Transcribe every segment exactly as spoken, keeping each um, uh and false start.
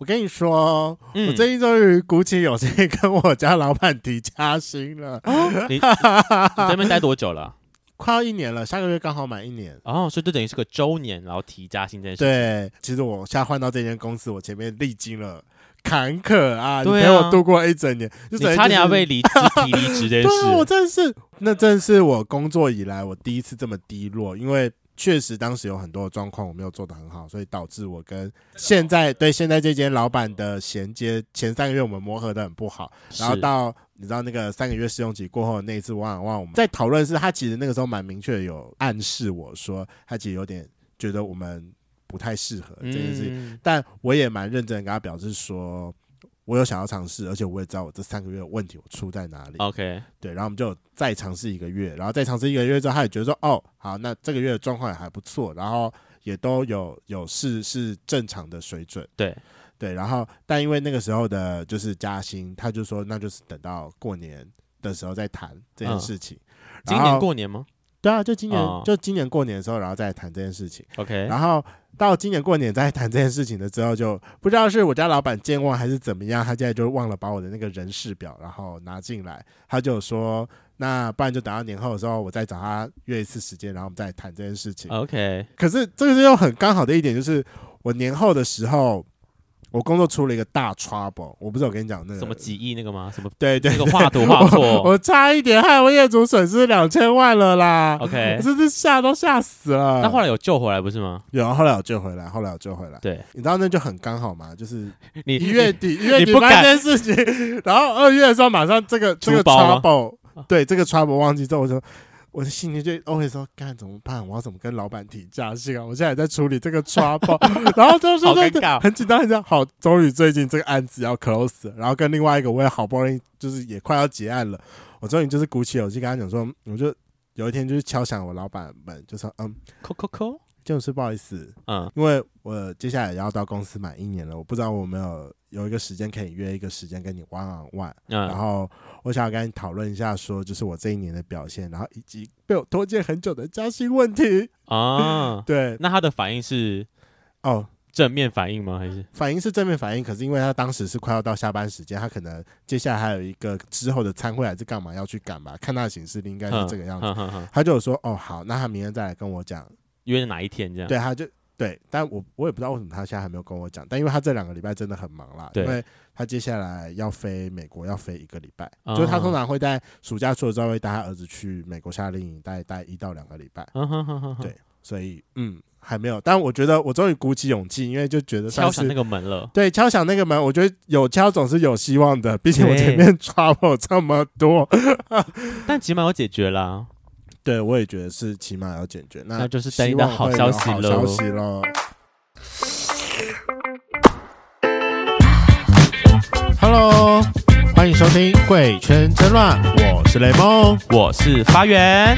我跟你说、嗯、我最近终于鼓起勇气跟我家老板提加薪了。 哦、你, 你在那边待多久了、啊？ 快要一年了，下个月刚好满一年。 哦，所以这等于是个周年，然后提加薪这件事情。 对，其实我现在换到这间公司，我前面历经了坎坷啊， 对啊， 你陪我度过一整年，就你差点要被离职提离职这件事。 对啊，我真的是，那真的是我工作以来我第一次这么低落，因为确实当时有很多的状况我没有做得很好，所以导致我跟现在对现在这间老板的衔接，前三个月我们磨合得很不好，然后到你知道那个三个月试用期过后的那一次one on one，我们在讨论是他其实那个时候蛮明确的有暗示我说他其实有点觉得我们不太适合这件事情、嗯、但我也蛮认真的跟他表示说我有想要尝试，而且我也知道我这三个月的问题我出在哪里。 OK， 对，然后我们就再尝试一个月，然后再尝试一个月之后他也觉得说哦好，那这个月的状况也还不错，然后也都有有是是正常的水准。 对对，然后但因为那个时候的就是加薪，他就说那就是等到过年的时候再谈这件事情、嗯、 今年过年吗？ 对啊，就今年、 哦、 就今年过年的时候然后再谈这件事情。 OK， 然后到今年过年再谈这件事情的之后，就不知道是我家老板健忘还是怎么样，他现在就忘了把我的那个人事表然后拿进来，他就说那不然就等到年后的时候我再找他约一次时间，然后我们再谈这件事情。 OK， 可是这个又很刚好的一点就是我年后的时候我工作出了一个大 trouble， 我不是有跟你讲那个什么几亿那个吗？什么对对对， 那个画图画错， 我, 我差一点害我业主损失两千万了啦。 OK， 我真是吓都吓死了。 但后来有救回来不是吗？ 有，后来有救回来，后来有救回来。 对， 你知道那就很刚好嘛，就是你一月底，一月底发生这件事情，然后二月的时候马上这个这个 trouble， 对这个 trouble 忘记之后，我说。我的心里就 always 说干怎么办，我要怎么跟老板提加薪啊，我现在也在处理这个 trouble 然后就说很紧张很紧张，好，终于最近这个案子要 close 了，然后跟另外一个我也好不容易就是也快要结案了，我终于就是鼓起勇气跟他讲说，我就有一天就是敲响我老板们就说嗯扣扣扣就是不好意思， 嗯， 因为我接下来也要到公司满一年了，我不知道我没有有一个时间可以约一个时间跟你 one on one，嗯，然后我想要跟你讨论一下，说就是我这一年的表现，然后以及被我拖欠很久的加薪问题啊。 对， 那他的反应是哦正面反应吗？还是反应是正面反应？可是因为他当时是快要到下班时间，他可能接下来还有一个之后的餐会还是干嘛要去赶吧，看他的行事历应该是这个样子。呵呵呵，他就有说哦好，那他明天再来跟我讲。 约哪一天这样？ 对，他就对，但我我也不知道为什么他现在还没有跟我讲，但因为他这两个礼拜真的很忙啦，因为他接下来要飞美国，要飞一个礼拜，哦、就是他通常会在暑假出了之后会带他儿子去美国夏令营，带带一到两个礼拜，嗯哼哼哼，对，所以嗯还没有，但我觉得我终于鼓起勇气，因为就觉得敲响那个门了， 对，敲响那个门，我觉得有敲总是有希望的，毕竟我前面 trouble 这么多， 但起码有解决啦。 对，我也觉得是起码要解决，那那就是等你的好消息了。 好消息咯。Hello， 欢迎收听《贵圈争乱》，我是雷梦， 我是发源。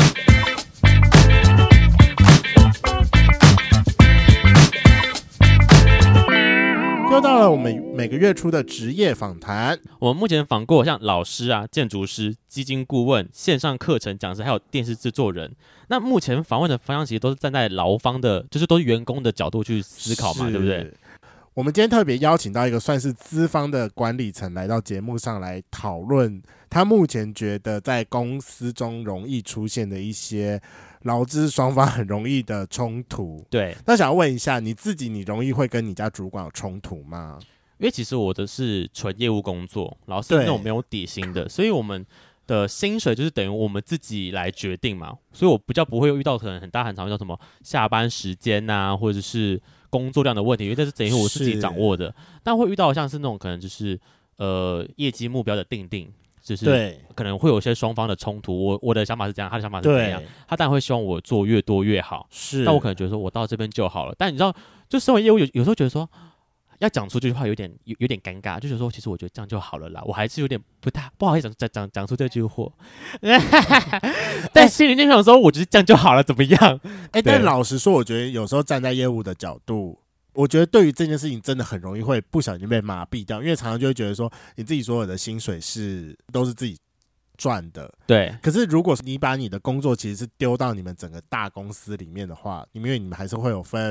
又到了我们每个月初的职业访谈。 我们目前访过像老师啊、建筑师、基金顾问、线上课程讲师，还有电视制作人。那目前访问的方向其实都是站在劳方的，就是都是员工的角度去思考嘛，对不对？ 我们今天特别邀请到一个算是资方的管理层来到节目上来讨论他目前觉得在公司中容易出现的一些劳资双方很容易的冲突。 对， 那想要问一下你自己，你容易会跟你家主管有冲突吗？ 因为其实我的是纯业务工作，然后是那种没有底薪的，所以我们的薪水就是等于我们自己来决定嘛，所以我比较不会遇到可能很大很常遇到什么下班时间啊，或者是工作量的问题，因为这是等于我自己掌握的。但会遇到像是那种可能就是呃业绩目标的定定，就是可能会有一些双方的冲突。我我的想法是这样，他的想法是怎样，他当然会希望我做越多越好，是，但我可能觉得说我到这边就好了。但你知道，就身为业务有有时候觉得说。要讲出这句话有点 有, 有点尴尬，就是说其实我觉得这样就好了啦，我还是有点不太不好意思讲讲讲出这句话，但心里就想说，我觉得这样就好了，怎么样？ 哎、欸，但老实说，我觉得有时候站在业务的角度，我觉得对于这件事情真的很容易会不小心被麻痹掉，因为常常就会觉得说，你自己所有的薪水是都是自己赚的， 对。 可是如果你把你的工作其实是丢到你们整个大公司里面的话，因为你们还是会有分。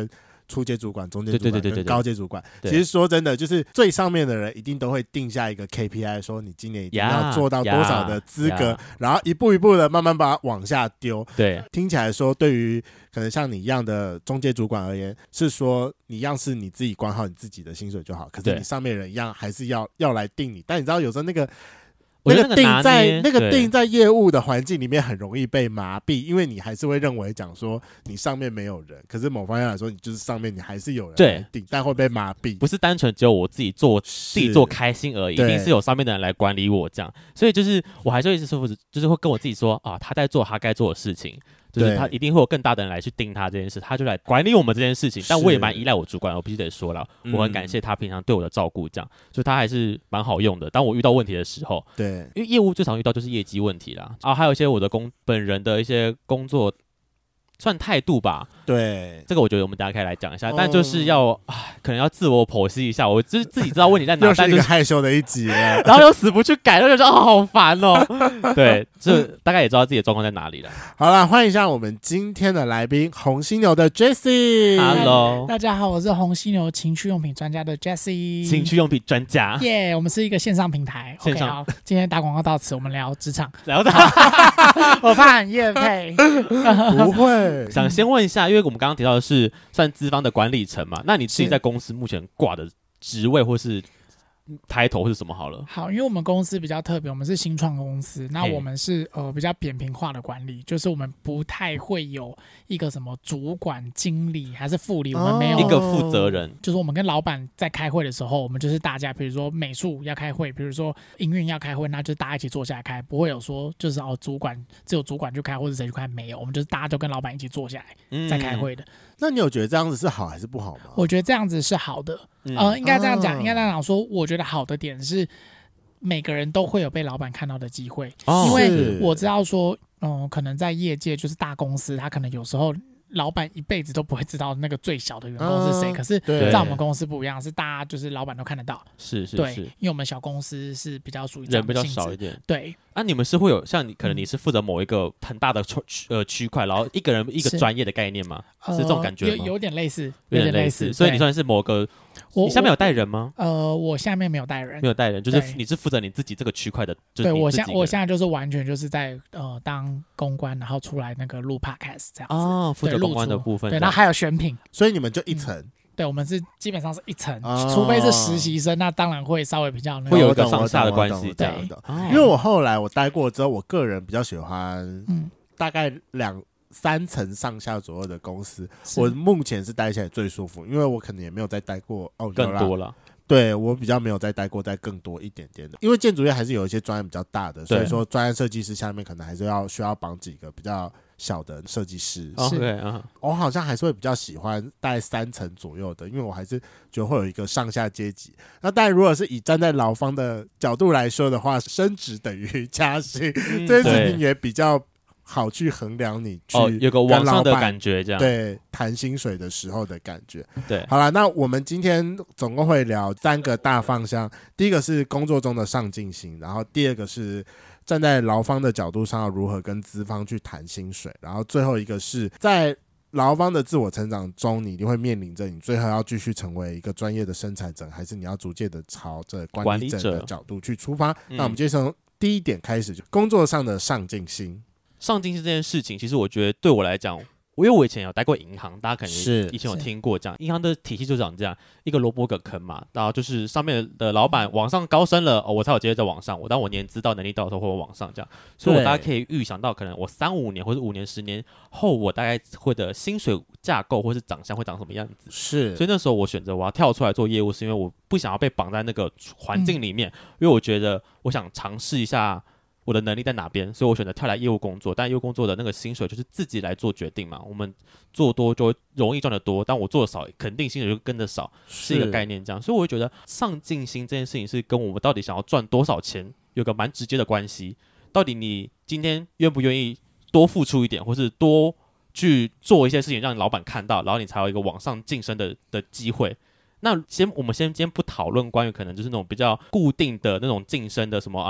初阶主管、中阶主管跟高阶主管。 对对对对对， 其实说真的，就是最上面的人一定都会定下一个 K P I， 说你今年一定要做到多少的资格， yeah, yeah, 然后一步一步的慢慢把它往下丢。 对， 听起来说对于可能像你一样的中阶主管而言，是说你一样是你自己管好你自己的薪水就好，可是你上面人一样还是要要来定你。但你知道有时候那个那个定在那个定在业务的环境里面很容易被麻痹，因为你还是会认为讲说你上面没有人，可是某方面来说你就是上面你还是有人来定，但会被麻痹， 不是单纯只有我自己做自己做开心而已，一定是有上面的人来管理我这样。所以就是我还是会一直说，就是会跟我自己说啊，他在做他该做的事情。就是他一定会有更大的人来去盯他这件事，他就来管理我们这件事情。但我也蛮依赖我主管，我必须得说了，我很感谢他平常对我的照顾，这样，所以他还是蛮好用的。当我遇到问题的时候， 对， 因为业务最常遇到就是业绩问题啦，啊，还有一些我的工本人的一些工作算态度吧。 对， 这个我觉得我们大家可以来讲一下，哦、但就是要可能要自我剖析一下，我就是自己知道问题在哪， 又是一个害羞的一集了， 然后又死不去改，然后就说哦好烦哦。对，就大概也知道自己的状况在哪里了。 好了，欢迎一下我们今天的来宾红犀牛的 Jessie。Hello， 大家好，我是红犀牛情趣用品专家的 Jessie。 情趣用品专家， 耶、yeah, ！我们是一个线上平台。 线上 OK， 好，今天打广告到此，我们聊职场。 聊到， 我怕很业配， 不会。 想先问一下，因为我们刚刚提到的是算资方的管理层嘛，那你自己在公司目前挂的职位或是title是什么好了？ 好，因为我们公司比较特别，我们是新创公司，那我们是呃比较扁平化的管理，就是我们不太会有一个什么主管、经理还是副理，我们没有一个负责人。 就是我们跟老板在开会的时候，我们就是大家，比如说美术要开会，比如说营运要开会，那就是大家一起坐下来开，不会有说就是哦主管只有主管去开或者谁去开，没有，我们就是大家都跟老板一起坐下来在开会的。嗯， 那你有觉得这样子是好还是不好吗？ 我觉得这样子是好的，嗯、呃，应该这样讲，应该这样讲说，我觉得好的点是每个人都会有被老板看到的机会，哦、因为我知道说，嗯、呃，可能在业界就是大公司，他可能有时候老板一辈子都不会知道那个最小的员工是谁，嗯、可是在我们公司不一样，是大家就是老板都看得到， 是是是， 对，因为我们小公司是比较属于人比较少一点， 对。 啊，你们是会有像你可能你是负责某一个很大的区呃区块，然后一个人一个专业的概念吗？是, 是这种感觉吗？ 有有点类似， 有点类似，所以你算是某个。你下面有带人吗？ 呃，我下面没有带人， 没有带人，就是你是负责你自己这个区块的。就是、 对我现我现在就是完全就是在呃当公关，然后出来那个录 podcast 这样子。 哦，负责公关的部分。 对，然后还有选品， 所以你们就一层。嗯， 对，我们是基本上是一层，哦、除非是实习生，那当然会稍微比较、那個、会有一个上下的关系。 对， 因为我后来我待过之后，我个人比较喜欢，嗯，大概两。三层上下左右的公司，我目前是待起来最舒服，因为我可能也没有再待过哦， 更多了。 对，我比较没有再待过再更多一点点的，因为建筑业还是有一些专案比较大的，所以说专案设计师下面可能还是要需要绑几个比较小的设计师。 是，uh-huh. 我好像还是会比较喜欢大概三层左右的，因为我还是觉得会有一个上下阶级。那当然，如果是以站在劳方的角度来说的话，升职等于加薪，嗯、这件事情也比较好去衡量你去、 哦、有个往上的感觉，这样对谈薪水的时候的感觉。 对， 好了，那我们今天总共会聊三个大方向，第一个是工作中的上进心，然后第二个是站在劳方的角度上要如何跟资方去谈薪水，然后最后一个是在劳方的自我成长中，你一定会面临着你最后要继续成为一个专业的生产者，还是你要逐渐的朝着管理者的角度去出发。那我们就从第一点开始，就工作上的上进心。 上进心这件事情，其实我觉得对我来讲，因为我以前有待过银行，大家可能以前有听过这样，银行的体系就长这样，一个萝卜一个坑嘛，然后就是上面的老板往上高升了，哦，我才有机会在往上，我当我年资到能力到的时候会往上这样，所以我大家可以预想到，可能我三五年或者五年、十年后，我大概会的薪水架构或是长相会长什么样子。 是， 所以那时候我选择我要跳出来做业务，是因为我不想要被绑在那个环境里面，嗯、因为我觉得我想尝试一下。我的能力在哪边，所以我选择跳来业务工作，但业务工作的那个薪水就是自己来做决定嘛，我们做多就容易赚得多，但我做的少肯定薪水就跟得少，是一个概念这样，所以我会觉得上进心这件事情是跟我们到底想要赚多少钱有个蛮直接的关系，到底你今天愿不愿意多付出一点，或是多去做一些事情让你老板看到，然后你才有一个往上晋升的的机会。那先我们先今天不讨论关于可能就是那种比较固定的那种晋升的什么啊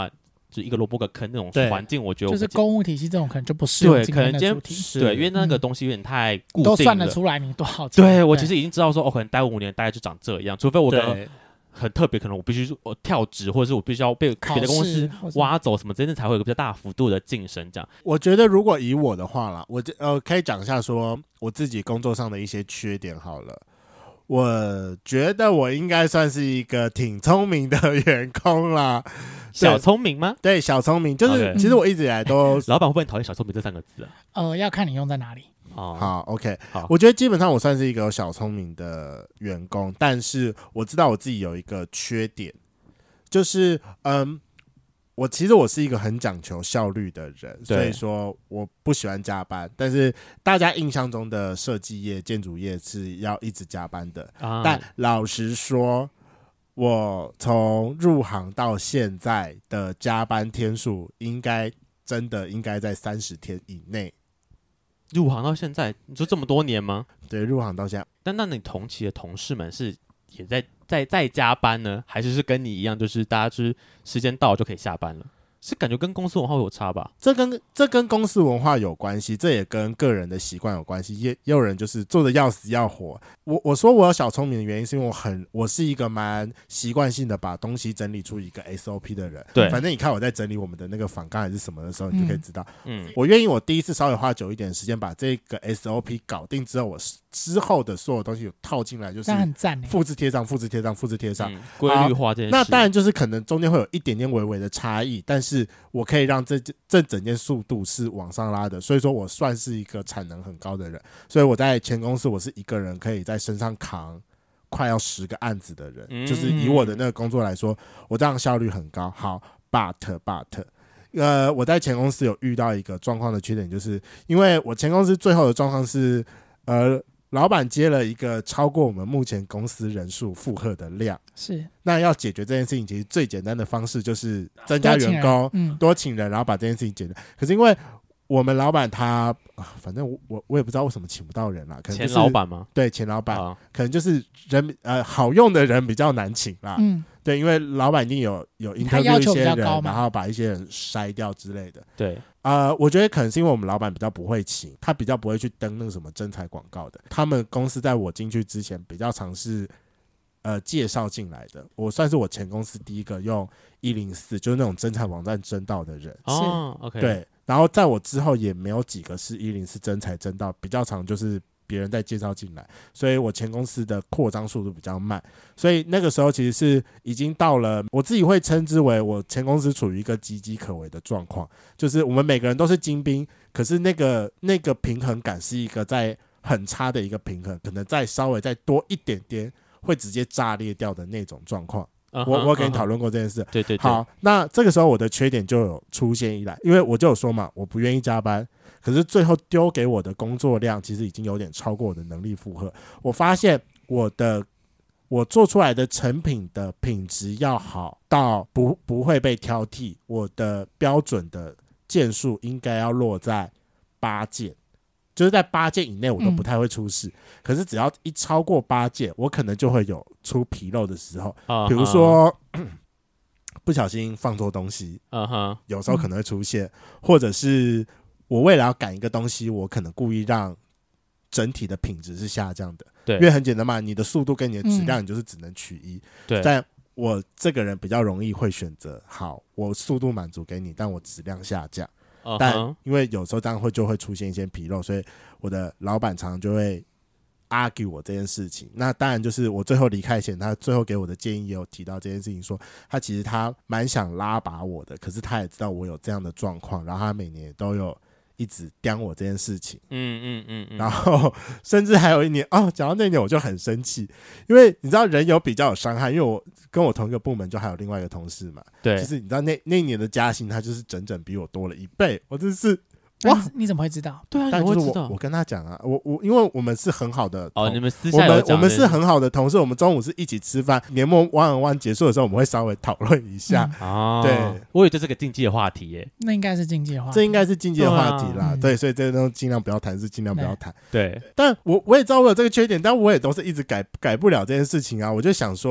就一个萝卜个坑那种环境，我觉得我就是公务体系这种可能就不适用今天的主题。 对，因为那个东西有点太固定了， 都算得出来你多少钱。 对，我其实已经知道说，哦，可能待五年大概就长这样，除非我的很特别，可能我必须我跳职，或者是我必须要被别的公司挖走什么，真的才会有个比较大幅度的晋升。这样， 我觉得如果以我的话啦，我呃可以讲一下说我自己工作上的一些缺点好了。我觉得我应该算是一个挺聪明的员工啦。 小聪明吗？ 对，小聪明，就是、okay. 其实我一直以来都老板会不会讨厌小聪明这三个字啊？ 呃，要看你用在哪里。 哦、 好 OK 好， 我觉得基本上我算是一个有小聪明的员工，但是我知道我自己有一个缺点，就是嗯，我其实我是一个很讲求效率的人，所以说我不喜欢加班。但是大家印象中的设计业、建筑业是要一直加班的，啊、但老实说，我从入行到现在的加班天数，应该真的应该在三十天以内。 入行到现在，你说这么多年吗？ 对，入行到现在。 但那你同期的同事们是也在在在加班呢，还是是跟你一样，就是大家就是时间到了就可以下班了？是感觉跟公司文化有差吧？ 这跟这跟公司文化有关系，这也跟个人的习惯有关系。也也有人就是做的要死要活。我我说我有小聪明的原因，是因为我很我是一个蛮习惯性的把东西整理出一个 S O P 的人。 对， 反正你看我在整理我们的那个访纲还是什么的时候，你就可以知道。 嗯， 我愿意我第一次稍微花久一点的时间把这个 S O P 搞定之后，我之后的所有东西有套进来，就是复制贴上、复制贴上、复制贴上， 规、嗯、律化这件事。 那当然就是可能中间会有一点点微微的差异，但是我可以让这这整件速度是往上拉的，所以说我算是一个产能很高的人。所以我在前公司我是一个人可以在身上扛快要十个案子的人，嗯、就是以我的那个工作来说，我这样效率很高。好 ，but but， 呃，我在前公司有遇到一个状况的缺点，就是因为我前公司最后的状况是，呃。老板接了一个超过我们目前公司人数负荷的量， 是那要解决这件事情，其实最简单的方式就是增加员工，多 请,、嗯、多请人，然后把这件事情解决。可是因为我们老板他，啊、反正 我, 我也不知道为什么请不到人啦，可能、就是、 前老板吗？ 对，前老板、 啊、 可能就是人呃好用的人比较难请啦。 嗯， 对，因为老板一定有有 interview 一些人，然后把一些人筛掉之类的。 对。 呃，我觉得可能是因为我们老板比较不会请，他比较不会去登那个什么征才广告的。他们公司在我进去之前比较常是呃介绍进来的。我算是我前公司第一个用一零四，就是那种征才网站征到的人。 哦 ，OK， 对。然后在我之后也没有几个是一零四征才征到，比较常就是别人在介绍进来，所以我前公司的扩张速度比较慢，所以那个时候其实是已经到了我自己会称之为我前公司处于一个岌岌可危的状况，就是我们每个人都是精兵，可是那个那个平衡感是一个在很差的一个平衡，可能再稍微再多一点点会直接炸裂掉的那种状况。Uh-huh, 我我跟你讨论过这件事， uh-huh. 对对对。 好，那这个时候我的缺点就有出现一来，因为我就有说嘛，我不愿意加班，可是最后丢给我的工作量其实已经有点超过我的能力负荷。我发现我的我做出来的成品的品质要好到不不会被挑剔，我的标准的件数应该要落在八件。就是在八件以内我都不太会出事、嗯、可是只要一超过八件我可能就会有出纰漏的时候、uh-huh. 比如说不小心放错东西、 uh-huh. 有时候可能会出现、嗯、或者是我为了要赶一个东西我可能故意让整体的品质是下降的， 对， 因为很简单嘛，你的速度跟你的质量你就是只能取一、 对、嗯， 但我这个人比较容易会选择好我速度满足给你但我质量下降，但因为有时候这样会就会出现一些纰漏，所以我的老板常常就会 argue 我这件事情。那当然就是我最后离开前他最后给我的建议也有提到这件事情，说他其实他蛮想拉拔我的，可是他也知道我有这样的状况，然后他每年也都有一直刁我这件事情。 嗯嗯嗯嗯。 然后甚至还有一年哦，讲到那一年我就很生气，因为你知道人有比较有伤害，因为我跟我同一个部门就还有另外一个同事嘛， 对， 就是你知道那那一年的加薪他就是整整比我多了一倍，我真是哇！ 你怎么会知道？ 对啊， 但就是我知道， 我跟他讲啊，我我因为我们是很好的哦，你们私下有讲， 我们我们是很好的同事，我们中午是一起吃饭，年末 one on one 结束的时候，我们会稍微讨论一下。 嗯、哦， 对， 我以为这是个禁忌的话题耶， 那应该是禁忌的话题， 这应该是禁忌的话题啦。 对,、啊对，所以这个东西尽量不要谈，是尽量不要谈。 对， 但我我也知道我有这个缺点，但我也都是一直改改不了这件事情啊。我就想说。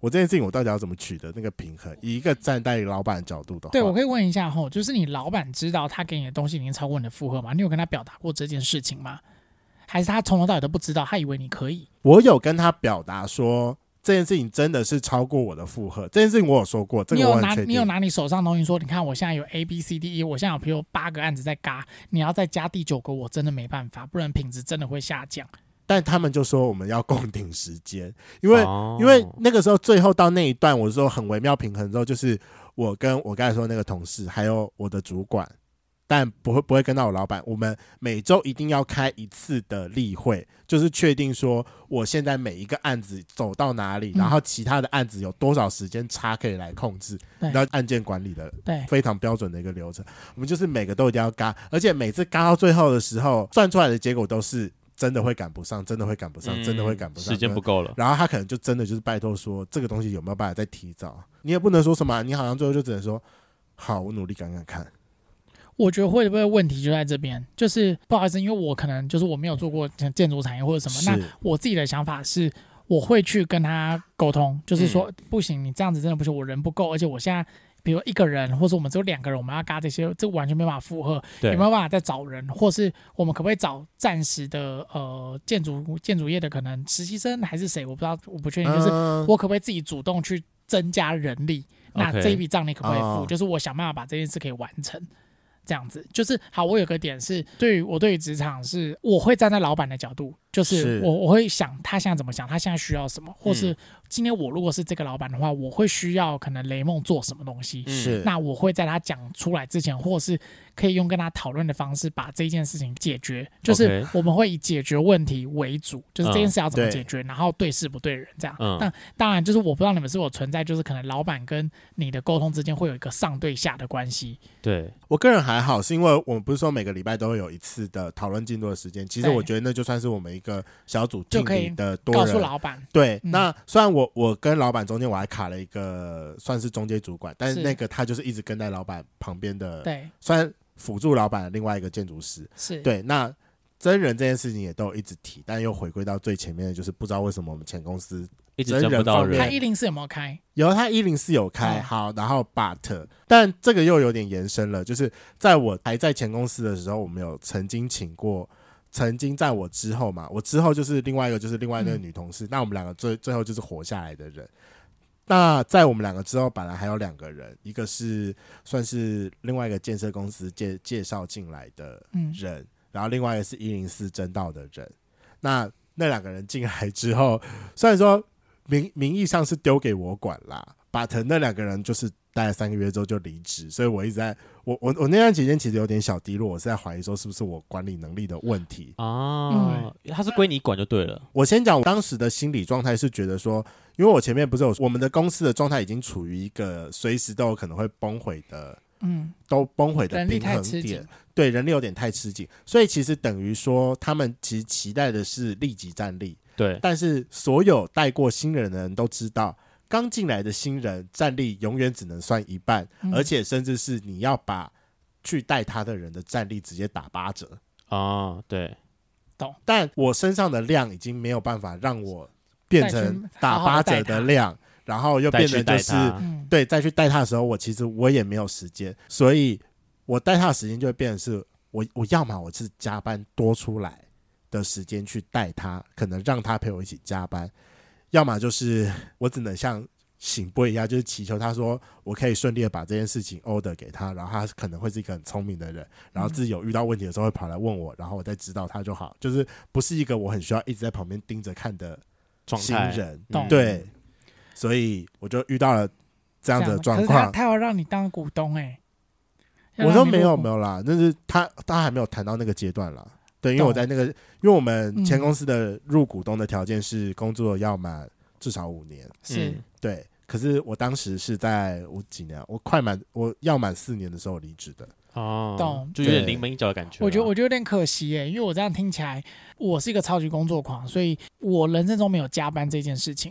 我这件事情我到底要怎么取得那个平衡？以一个站在老板的角度的话， 对，我可以问一下吼，就是你老板知道他给你的东西已经超过你的负荷吗？你有跟他表达过这件事情吗？还是他从头到尾都不知道，他以为你可以？ 我有跟他表达说这件事情真的是超过我的负荷，这件事情我有说过，这个我很确定。 你有拿你有拿你手上的东西说，你看我现在有 A B C D E， 我现在有比如八个案子在嘎，你要再加第九个，我真的没办法，不然品质真的会下降。 但他们就说我们要共顶时间，因为、 哦、 因为那个时候最后到那一段，我说很微妙平衡之后，就是我跟我刚才说那个同事，还有我的主管，但不会不会跟到我老板，我们每周一定要开一次的例会，就是确定说我现在每一个案子走到哪里，嗯、然后其他的案子有多少时间差可以来控制，然后案件管理的非常标准的一个流程。我们就是每个都一定要嘎，而且每次嘎到最后的时候，算出来的结果都是。真的会赶不上，真的会赶不上，嗯、真的会赶不上， 时间不够了。 然后他可能就真的就是拜托说，这个东西有没有办法再提早？你也不能说什么，你好像最后就只能说，好，我努力赶赶看。 我觉得会不会问题就在这边，就是不好意思，因为我可能就是我没有做过建筑产业或者什么，那我自己的想法是，我会去跟他沟通，就是说、嗯、不行，你这样子真的不行，我人不够，而且我现在。比如一个人，或者我们只有两个人，我们要嘎这些，这完全没办法负荷。有没有办法再找人，或是我们可不可以找暂时的呃建筑建筑业的可能实习生还是谁？我不知道，我不确定。就是我可不可以自己主动去增加人力？那这一笔账你可不可以付？ Okay. 就是我想办法把这件事可以完成。这样子就是好，我有个点是，对于我对于职场是，我会站在老板的角度，就是我我会想他现在怎么想，他现在需要什么，或是今天我如果是这个老板的话，我会需要可能雷梦做什么东西，是那我会在他讲出来之前，或是可以用跟他讨论的方式把这件事情解决，就是我们会以解决问题为主，就是这件事要怎么解决，嗯、然后对事不对人这样。那、嗯、当然就是我不知道你们是否存在，就是可能老板跟你的沟通之间会有一个上对下的关系。 对我个人还好，是因为我们不是说每个礼拜都会有一次的讨论进度的时间，其实我觉得那就算是我们一个小组经理的多人告诉老板。 对，嗯、那虽然我我跟老板中间我还卡了一个算是中间主管，但是那个他就是一直跟在老板旁边的， 对， 虽然辅助老板的另外一个建筑师， 是对。那真人这件事情也都有一直提，但又回归到最前面的，就是不知道为什么我们前公司一直争不到人。 他一零四有没有开？ 有，他一零四有开、哦，好，然后 but， 但这个又有点延伸了，就是在我还在前公司的时候，我们有曾经请过，曾经在我之后嘛，我之后就是另外一个就是另外那个女同事，嗯、那我们两个最最后就是活下来的人。那在我们两个之后，本来还有两个人，一个是算是另外一个建设公司介介绍进来的人。嗯，然后另外一个是一零四征到的人，那那两个人进来之后，虽然说名名义上是丢给我管啦 ，but 那两个人就是待了三个月之后就离职，所以我一直在我我我那段期间其实有点小低落，我是在怀疑说是不是我管理能力的问题啊？嗯、他是归你管就对了。 我先讲，我当时的心理状态是觉得说，因为我前面不是有我们的公司的状态已经处于一个随时都有可能会崩毁的。嗯，都崩毁的平衡点，对，人力有点太吃紧，所以其实等于说他们其实期待的是立即战力， 对， 但是所有带过新人的人都知道，刚进来的新人战力永远只能算一半，嗯、而且甚至是你要把去带他的人的战力直接打八折哦，对， 懂。 但我身上的量已经没有办法让我变成打八折的量。然后又变得就是，对，再去带他的时候，我其实我也没有时间，所以我带他的时间就会变成是我我要么我是加班多出来的时间去带他，可能让他陪我一起加班，要么就是我只能像醒波一样，就是祈求他说我可以顺利的把这件事情 order 给他，然后他可能会是一个很聪明的人，然后自己有遇到问题的时候会跑来问我，然后我再指导他就好，就是不是一个我很需要一直在旁边盯着看的新人，对。所以我就遇到了这样子的状况。可是 他, 他要让你当股东哎、 欸，我说没有没有啦，那是他他还没有谈到那个阶段啦。对，因为我在那个，因为我们前公司的入股东的条件是工作要满至少五年， 是、嗯、 对。可是我当时是在我几年，我快满我要满四年的时候离职的。 哦，懂，就有点临门一脚的感觉。 我觉得我觉得有点可惜耶，因为我这样听起来，我是一个超级工作狂，所以我人生中没有加班这件事情。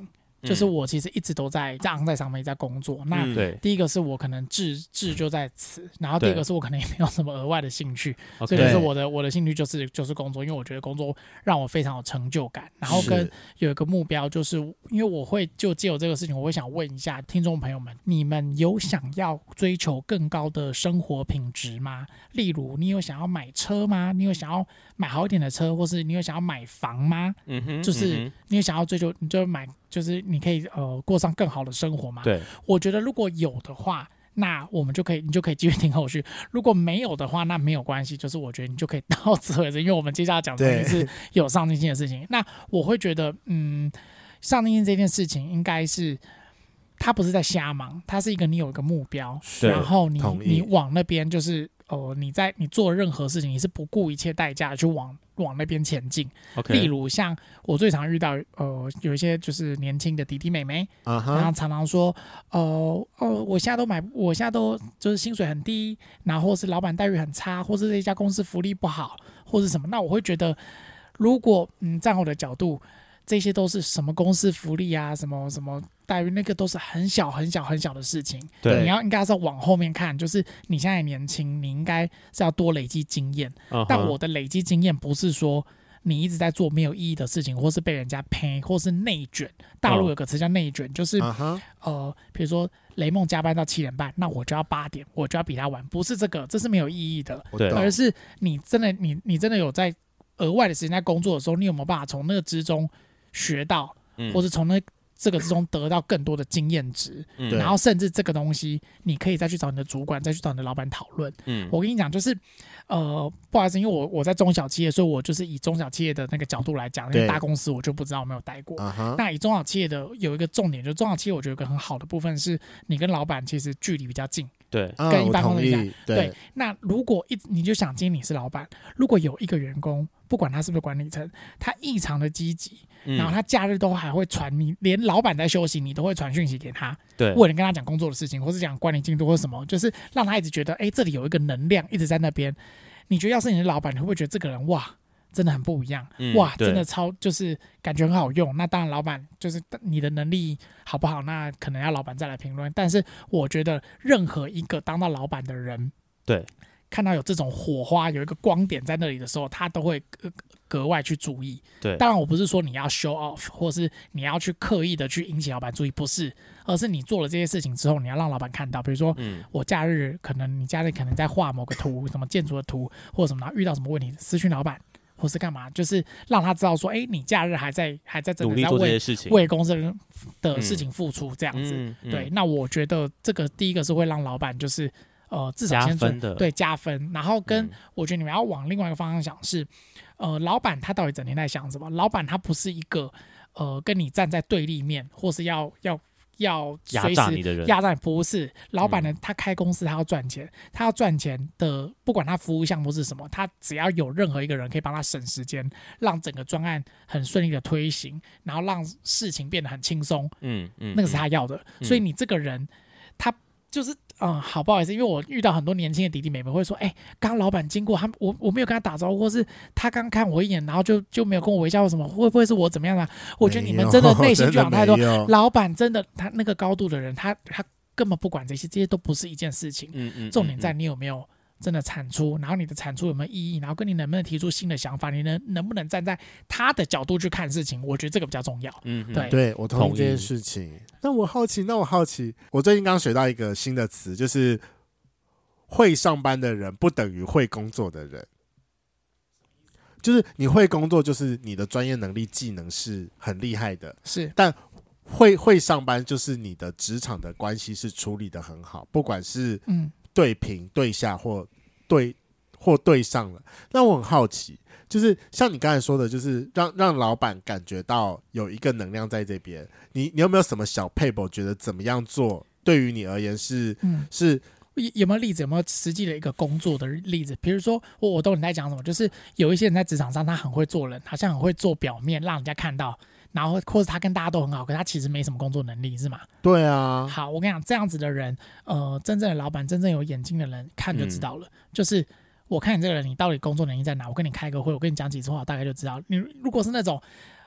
就是我其实一直都在在昂在上面在工作。嗯、那对， 第一个是我可能志志就在此，然后第二个是我可能也没有什么额外的兴趣，所以就是我的我的兴趣就是就是工作，因为我觉得工作让我非常有成就感，然后跟有一个目标，就是因为我会就借由这个事情，我会想问一下听众朋友们，你们有想要追求更高的生活品质吗？例如，你有想要买车吗？你有想要买好一点的车，或是你有想要买房吗？嗯哼，就是你有想要追求，你就买，就是你可以呃过上更好的生活吗？ 对， 我觉得如果有的话，那我们就可以，你就可以继续听后续。如果没有的话，那没有关系，就是我觉得你就可以到此为止，因为我们接下来讲的是有上进心的事情。那我会觉得，嗯，上进心这件事情应该是。它不是在瞎忙，它是一个你有一个目标，然后你你往那边就是呃你在你做任何事情，你是不顾一切代价去往往那边前进。Okay. 例如像我最常遇到呃有一些就是年轻的弟弟妹妹， uh-huh. 然后常常说呃哦我现在都买，我现在都就是薪水很低，然后或是老板待遇很差，或是这家公司福利不好，或是什么，那我会觉得如果嗯站我的角度。这些都是什么公司福利啊，什么什么待遇，那个都是很小很小很小的事情。对，你要应该是要往后面看，就是你现在年轻，你应该是要多累积经验。Uh-huh. 但我的累积经验不是说你一直在做没有意义的事情，或是被人家骗，或是内卷。大陆有个词叫内卷，就是、uh-huh. 呃，比如说雷梦加班到七点半，那我就要八点，我就要比他晚，不是这个，这是没有意义的。对，而是你真的你你真的有在额外的时间在工作的时候，你有没有办法从那个之中学到，或是从那这个之中得到更多的经验值、嗯，然后甚至这个东西，你可以再去找你的主管，再去找你的老板讨论。嗯，我跟你讲，就是呃，不好意思，因为我我在中小企业，所以我就是以中小企业的那个角度来讲，因为大公司我就不知道，我没有待过。那以中小企业的有一个重点，就是中小企业我觉得有一个很好的部分是，你跟老板其实距离比较近。 对， 跟一般公司相、 嗯、对, 对。那如果一你就想，今天你是老板，如果有一个员工，不管他是不是管理层，他异常的积极、嗯，然后他假日都还会传你，连老板在休息，你都会传讯息给他，对，为了跟他讲工作的事情，或是讲管理进度或什么，就是让他一直觉得，哎，这里有一个能量一直在那边。你觉得要是你的老板，你会不会觉得这个人哇？真的很不一样、嗯、哇，真的超就是感觉很好用。那当然，老板就是你的能力好不好，那可能要老板再来评论。但是我觉得任何一个当到老板的人， 对， 看到有这种火花，有一个光点在那里的时候，他都会格格外去注意。 对， 当然我不是说你要 show off， 或是你要去刻意的去引起老板注意，不是，而是你做了这些事情之后，你要让老板看到。比如说，嗯、我假日可能你假日可能在画某个图，什么建筑的图或者什么，遇到什么问题，私讯老板。或是干嘛，就是让他知道说，哎、欸，你假日还在还在真的在为为公司的事情付出，这样子、嗯嗯嗯。对，那我觉得这个第一个是会让老板就是呃至少先加分的， 对加分。然后跟、嗯、我觉得你们要往另外一个方向想是，呃，老板他到底整天在想什么？老板他不是一个呃跟你站在对立面，或是要要。要压榨你的人， 压榨你不是老板呢、嗯？他开公司，他要赚钱，他要赚钱的，不管他服务项目是什么，他只要有任何一个人可以帮他省时间，让整个专案很顺利的推行，然后让事情变得很轻松，嗯嗯，那个是他要的。嗯、所以你这个人，他就是嗯，好不好意思，因为我遇到很多年轻的弟弟妹妹会说，哎、欸，刚刚老板经过，他我我没有跟他打招呼，或是他刚看我一眼，然后就就没有跟我微笑，什么会不会是我怎么样啊？我觉得你们真的内心就想太多，老板真的他那个高度的人，他他根本不管这些，这些都不是一件事情。嗯嗯，重点在你有没有真的产出，然后你的产出有没有意义，然后跟你能不能提出新的想法，你能能不能站在他的角度去看事情，我觉得这个比较重要。嗯，对， 对我同意这件事情。那我好奇，那我好奇，我最近刚学到一个新的词，就是会上班的人不等于会工作的人。就是你会工作，就是你的专业能力、技能是很厉害的， 是， 但会会上班，就是你的职场的关系是处理的很好，不管是嗯。对平对下或对或对上了。那我很好奇，就是像你刚才说的，就是让让老板感觉到有一个能量在这边，你你有没有什么小撇步，觉得怎么样做对于你而言是、嗯、是有没有例子，有没有实际的一个工作的例子？比如说我我懂你在讲什么，就是有一些人在职场上他很会做人，好像很会做表面让人家看到，然后或者他跟大家都很好，可是他其实没什么工作能力，是吗？ 对啊。 好，我跟你讲，这样子的人，呃，真正的老板，真正有眼睛的人看就知道了。嗯、就是我看你这个人，你到底工作能力在哪？我跟你开个会，我跟你讲几次话，我大概就知道。你如果是那种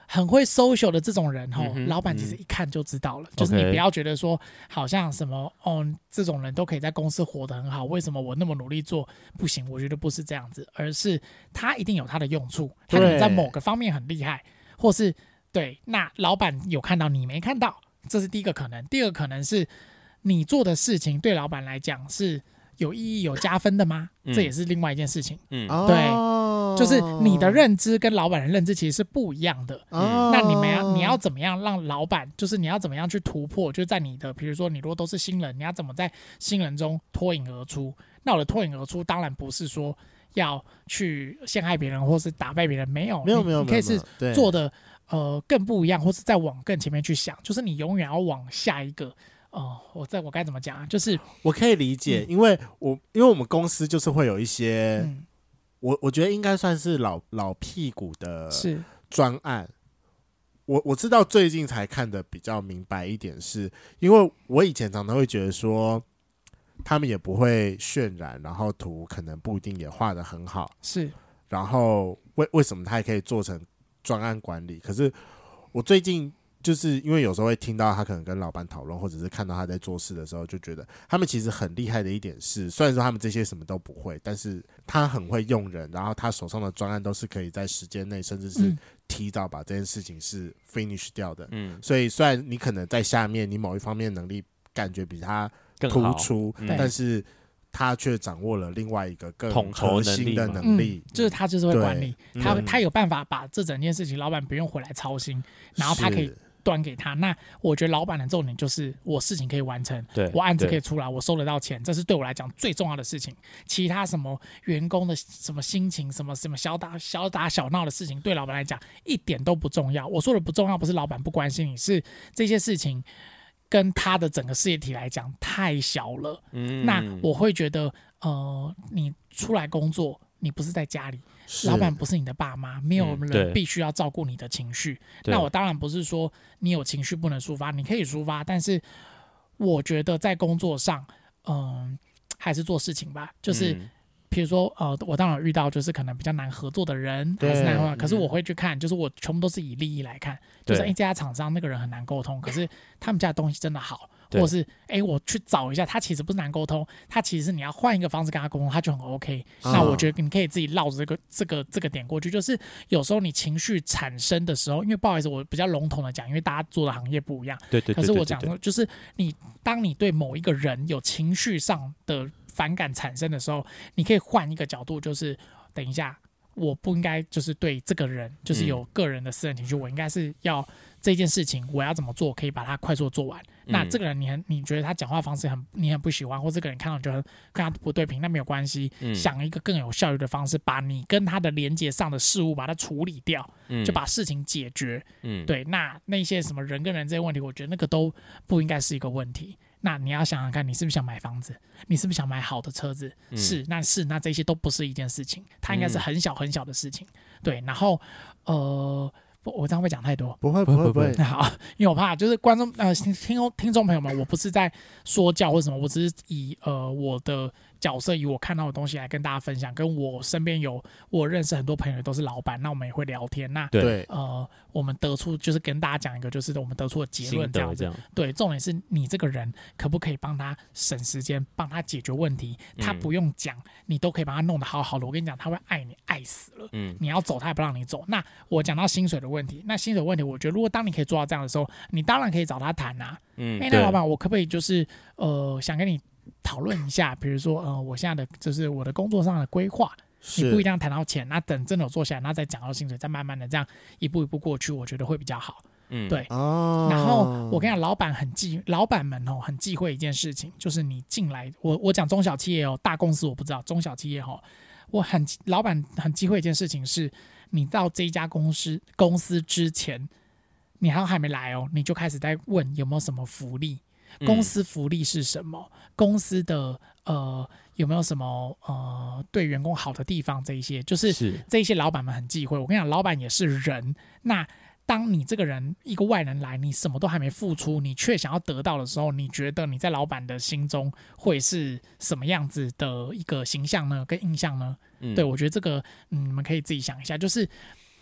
很会 social 的这种人吼， 嗯、 老板其实一看就知道了，嗯、就是你不要觉得说好像什么哦，这种人都可以在公司活得很好，为什么我那么努力做不行？我觉得不是这样子，而是他一定有他的用处，他可能在某个方面很厉害，或是对，那老板有看到你没看到，这是第一个可能。第二个可能是你做的事情对老板来讲是有意义、有加分的吗？嗯、这也是另外一件事情。嗯，对。就是你的认知跟老板的认知其实是不一样的，嗯、那你们要你要怎么样让老板，就是你要怎么样去突破，就是在你的比如说你如果都是新人，你要怎么在新人中脱颖而出？那我的脱颖而出当然不是说要去陷害别人或是打败别人，没有， 没有没有， 你可以是做的呃更不一样，或是再往更前面去想，就是你永远要往下一个。哦，我在我该怎么讲啊？就是我可以理解，嗯、因为我因为我们公司就是会有一些。嗯我我觉得应该算是老老屁股的专案，我我知道最近才看得比较明白一点是，因为我以前常常会觉得说，他们也不会渲染，然后图可能不一定也画得很好， 是， 然后为为什么他也可以做成专案管理？可是我最近。就是因为有时候会听到他可能跟老板讨论，或者是看到他在做事的时候，就觉得他们其实很厉害的一点是，虽然说他们这些什么都不会，但是他很会用人，然后他手上的专案都是可以在时间内，甚至是提早把这件事情是 finish 掉的。嗯，所以虽然你可能在下面，你某一方面能力感觉比他突出，嗯、但是他却掌握了另外一个更核心的能力， 嗯、就是他就是会管理，他、嗯、他有办法把这整件事情，老板不用回来操心，然后他可以。端给他，那我觉得老板的重点就是我事情可以完成，我案子可以出来，我收得到钱，这是对我来讲最重要的事情。其他什么员工的什么心情，什么什么小打小打小闹的事情，对老板来讲一点都不重要。我说的不重要，不是老板不关心你，是这些事情跟他的整个事业体来讲太小了。嗯，那我会觉得，呃，你出来工作，你不是在家里。老板不是你的爸妈，没有人必须要照顾你的情绪。嗯、那我当然不是说你有情绪不能抒发，你可以抒发，但是我觉得在工作上，嗯、呃，还是做事情吧。就是，嗯、比如说，呃，我当然遇到就是可能比较难合作的人，还是难合作，可是我会去看，就是我全部都是以利益来看，就是一家厂商那个人很难沟通，可是他们家的东西真的好。或者是哎，我去找一下，他其实不是难沟通，他其实是你要换一个方式跟他沟通，他就很 OK。哦、那我觉得你可以自己绕着这个这个这个点过去，就是有时候你情绪产生的时候，因为不好意思，我比较笼统的讲，因为大家做的行业不一样。 对 对, 对, 对, 对, 对, 对。 可是我讲说，就是你当你对某一个人有情绪上的反感产生的时候，你可以换一个角度，就是等一下，我不应该就是对这个人就是有个人的私人情绪，嗯、我应该是要。这件事情我要怎么做可以把它快速做完？嗯、那这个人你很你觉得他讲话方式很你很不喜欢，或这个人看到你就很跟他不对频，那没有关系，嗯、想一个更有效率的方式，把你跟他的连接上的事物把它处理掉，嗯、就把事情解决。嗯、对，那那些什么人跟人这些问题，我觉得那个都不应该是一个问题。那你要想想看，你是不是想买房子？你是不是想买好的车子？嗯、是，那是那这些都不是一件事情，它应该是很小很小的事情。对，然后呃。我这样会讲太多， 不会不会不会。 好，因为我怕就是观众呃听听众朋友们，我不是在说教或什么，我只是以呃我的角色，以我看到的东西来跟大家分享。跟我身边有我认识很多朋友都是老板，那我们也会聊天。那对呃，我们得出就是跟大家讲一个，就是我们得出的结论这样子。这样对，重点是你这个人可不可以帮他省时间，帮他解决问题？他不用讲，你都可以把他弄得好好的。我跟你讲，他会爱你爱死了。嗯，你要走他也不让你走。那我讲到薪水的问题。问题，那薪水问题，我觉得如果当你可以做到这样的时候，你当然可以找他谈啊。嗯，哎、欸，那老板，我可不可以就是呃，想跟你讨论一下，比如说呃，我现在的就是我的工作上的规划，你不一定要谈到钱，那等真的有做下来，那再讲到薪水，再慢慢的这样一步一步过去，我觉得会比较好。嗯，对。哦。然后我跟你讲，老板很忌，老板们哦很忌讳一件事情，就是你进来，我我讲中小企业哦，大公司我不知道，中小企业哦，我很老板很忌讳一件事情是。你到这一家公司公司之前，你还还没来哦，你就开始在问有没有什么福利，公司福利是什么，嗯、公司的呃有没有什么呃对员工好的地方，这一些就是这一些老板们很忌讳。我跟你讲，老板也是人，那当你这个人一个外人来，你什么都还没付出，你却想要得到的时候，你觉得你在老板的心中会是什么样子的一个形象呢？跟印象呢？嗯、对，我觉得这个、嗯、你们可以自己想一下，就是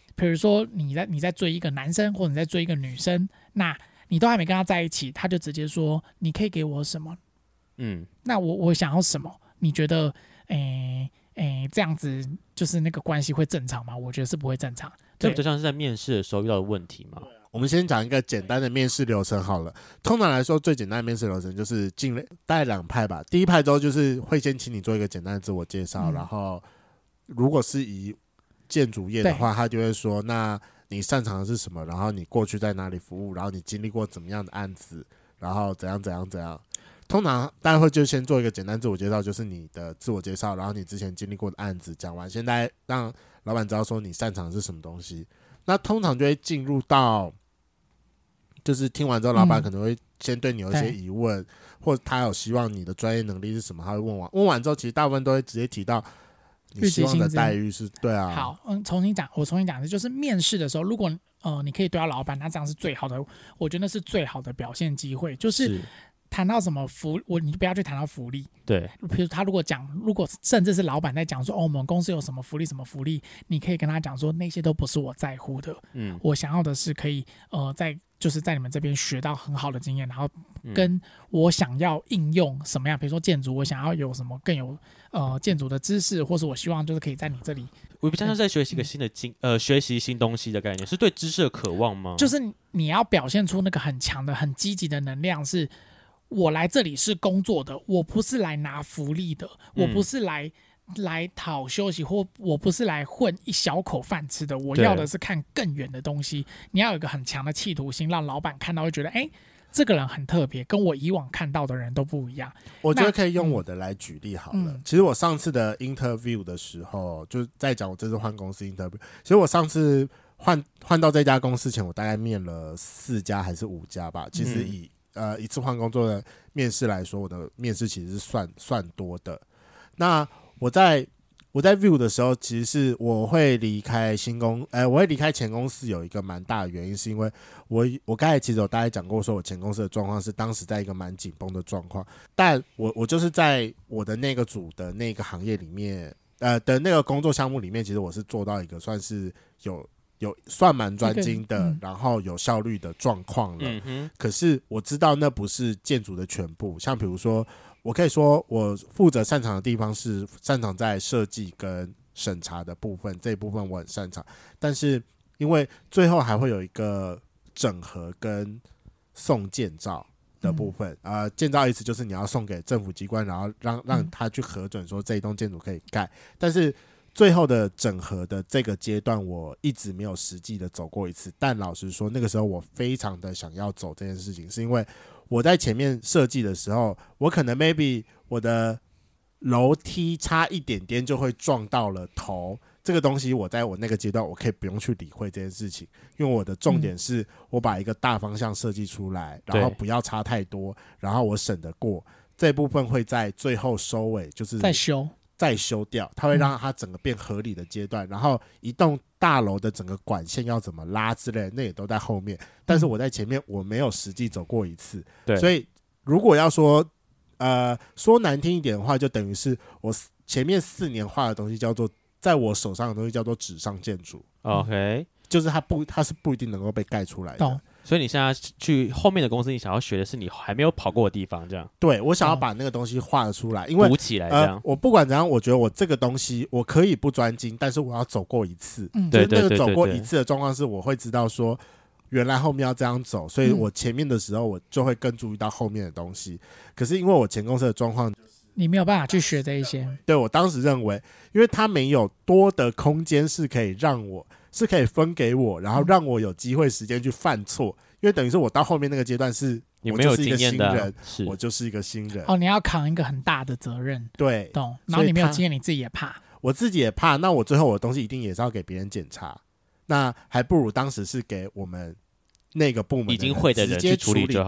比如说你在你在追一个男生，或者你在追一个女生，那你都还没跟他在一起，他就直接说你可以给我什么？嗯，那我我想要什么？你觉得诶诶这样子就是那个关系会正常吗？我觉得是不会正常。 这比较像是在面试的时候遇到的问题嘛。 我们先讲一个简单的面试流程好了。通常来说，最简单的面试流程就是进大概两派吧。第一派之后就是会先请你做一个简单的自我介绍，嗯、然后如果是以建筑业的话，他就会说，那你擅长的是什么？然后你过去在哪里服务？然后你经历过怎么样的案子？然后怎样怎样怎样？通常大家会就先做一个简单自我介绍，就是你的自我介绍，然后你之前经历过的案子讲完，现在让老板知道说你擅长的是什么东西。那通常就会进入到。就是听完之后，老板可能会先对你有一些疑问，嗯、或者他有希望你的专业能力是什么，他会问完。问完之后，其实大部分都会直接提到你希望的待遇是对啊。 好，嗯，重新讲，我重新讲的就是面试的时候，如果呃你可以对到老板，那这样是最好的，我觉得是最好的表现机会，就是谈到什么福，我你就不要去谈到福利。 对， 比如他如果讲，如果甚至是老板在讲说，哦，我们公司有什么福利，什么福利，你可以跟他讲说，那些都不是我在乎的。嗯，我想要的是可以呃在。就是在你们这边学到很好的经验，然后跟我想要应用什么样，比如说建筑，我想要有什么更有呃建筑的知识，或是我希望就是可以在你这里， 我比较像是在学习一个新的经、嗯、呃学习新东西的概念，是对知识的渴望吗？ 就是你要表现出那个很强的、很积极的能量，是我来这里是工作的，我不是来拿福利的，我不是来。来讨休息，或我不是来混一小口饭吃的，我要的是看更远的东西。你要有一个很强的企图心，让老板看到会觉得，哎，这个人很特别，跟我以往看到的人都不一样。 我觉得可以用我的来举例好了。嗯、其实我上次的 interview 的时候，就在讲我这次换公司 interview。其实我上次换换到这家公司前，我大概面了四家还是五家吧。其实以、嗯、呃一次换工作的面试来说，我的面试其实是算算多的。那我在我在 view 的时候，其实是我会离开新公，呃，我会离开前公司有一个蛮大的原因，是因为我我刚才其实有大概讲过，说我前公司的状况是当时在一个蛮紧绷的状况，但我我就是在我的那个组的那个行业里面，呃的那个工作项目里面，其实我是做到一个算是有有算蛮专精的、嗯，然后有效率的状况了、嗯。可是我知道那不是建筑的全部，像比如说。我可以说，我负责擅长的地方是擅长在设计跟审查的部分，这一部分我很擅长。但是因为最后还会有一个整合跟送建造的部分，嗯、呃，建造意思就是你要送给政府机关，然后让让他去核准说这一栋建筑可以盖。但是最后的整合的这个阶段，我一直没有实际的走过一次。但老实说，那个时候我非常的想要走这件事情，是因为。我在前面设计的时候，我可能 maybe 我的楼梯差一点点就会撞到了头，这个东西我在我那个阶段我可以不用去理会这件事情，因为我的重点是我把一个大方向设计出来，然后不要差太多，然后我审得过，这部分会在最后收尾，就是再修再修掉，它会让它整个变合理的阶段，然后一栋大楼的整个管线要怎么拉之类的，那也都在后面。但是我在前面我没有实际走过一次，对，所以如果要说呃说难听一点的话，就等于是我前面四年画的东西叫做在我手上的东西叫做纸上建筑 ，OK， 就是它不它是不一定能够被盖出来的。 所以你现在去后面的公司，你想要学的是你还没有跑过的地方，这样？ 对，我想要把那个东西画出来，因为补起来这样、 呃。我不管怎样，我觉得我这个东西我可以不专精，但是我要走过一次。嗯，就是那个走过一次的状况是，我会知道说，原来后面要这样走，所以我前面的时候我就会更注意到后面的东西。可是因为我前公司的状况， 你没有办法去学这一些。 对，我当时认为，因为它没有多的空间是可以让我。是可以分给我，然后让我有机会时间去犯错，因为等于是我到后面那个阶段是你没有经验的， 我就是一个新人，我就是一个新人。 哦，你要扛一个很大的责任， 对， 懂。然后你没有经验，你自己也怕， 我自己也怕。那我最后我的东西一定也是要给别人检查，那还不如当时是给我们那个部门的已经会的人去处理掉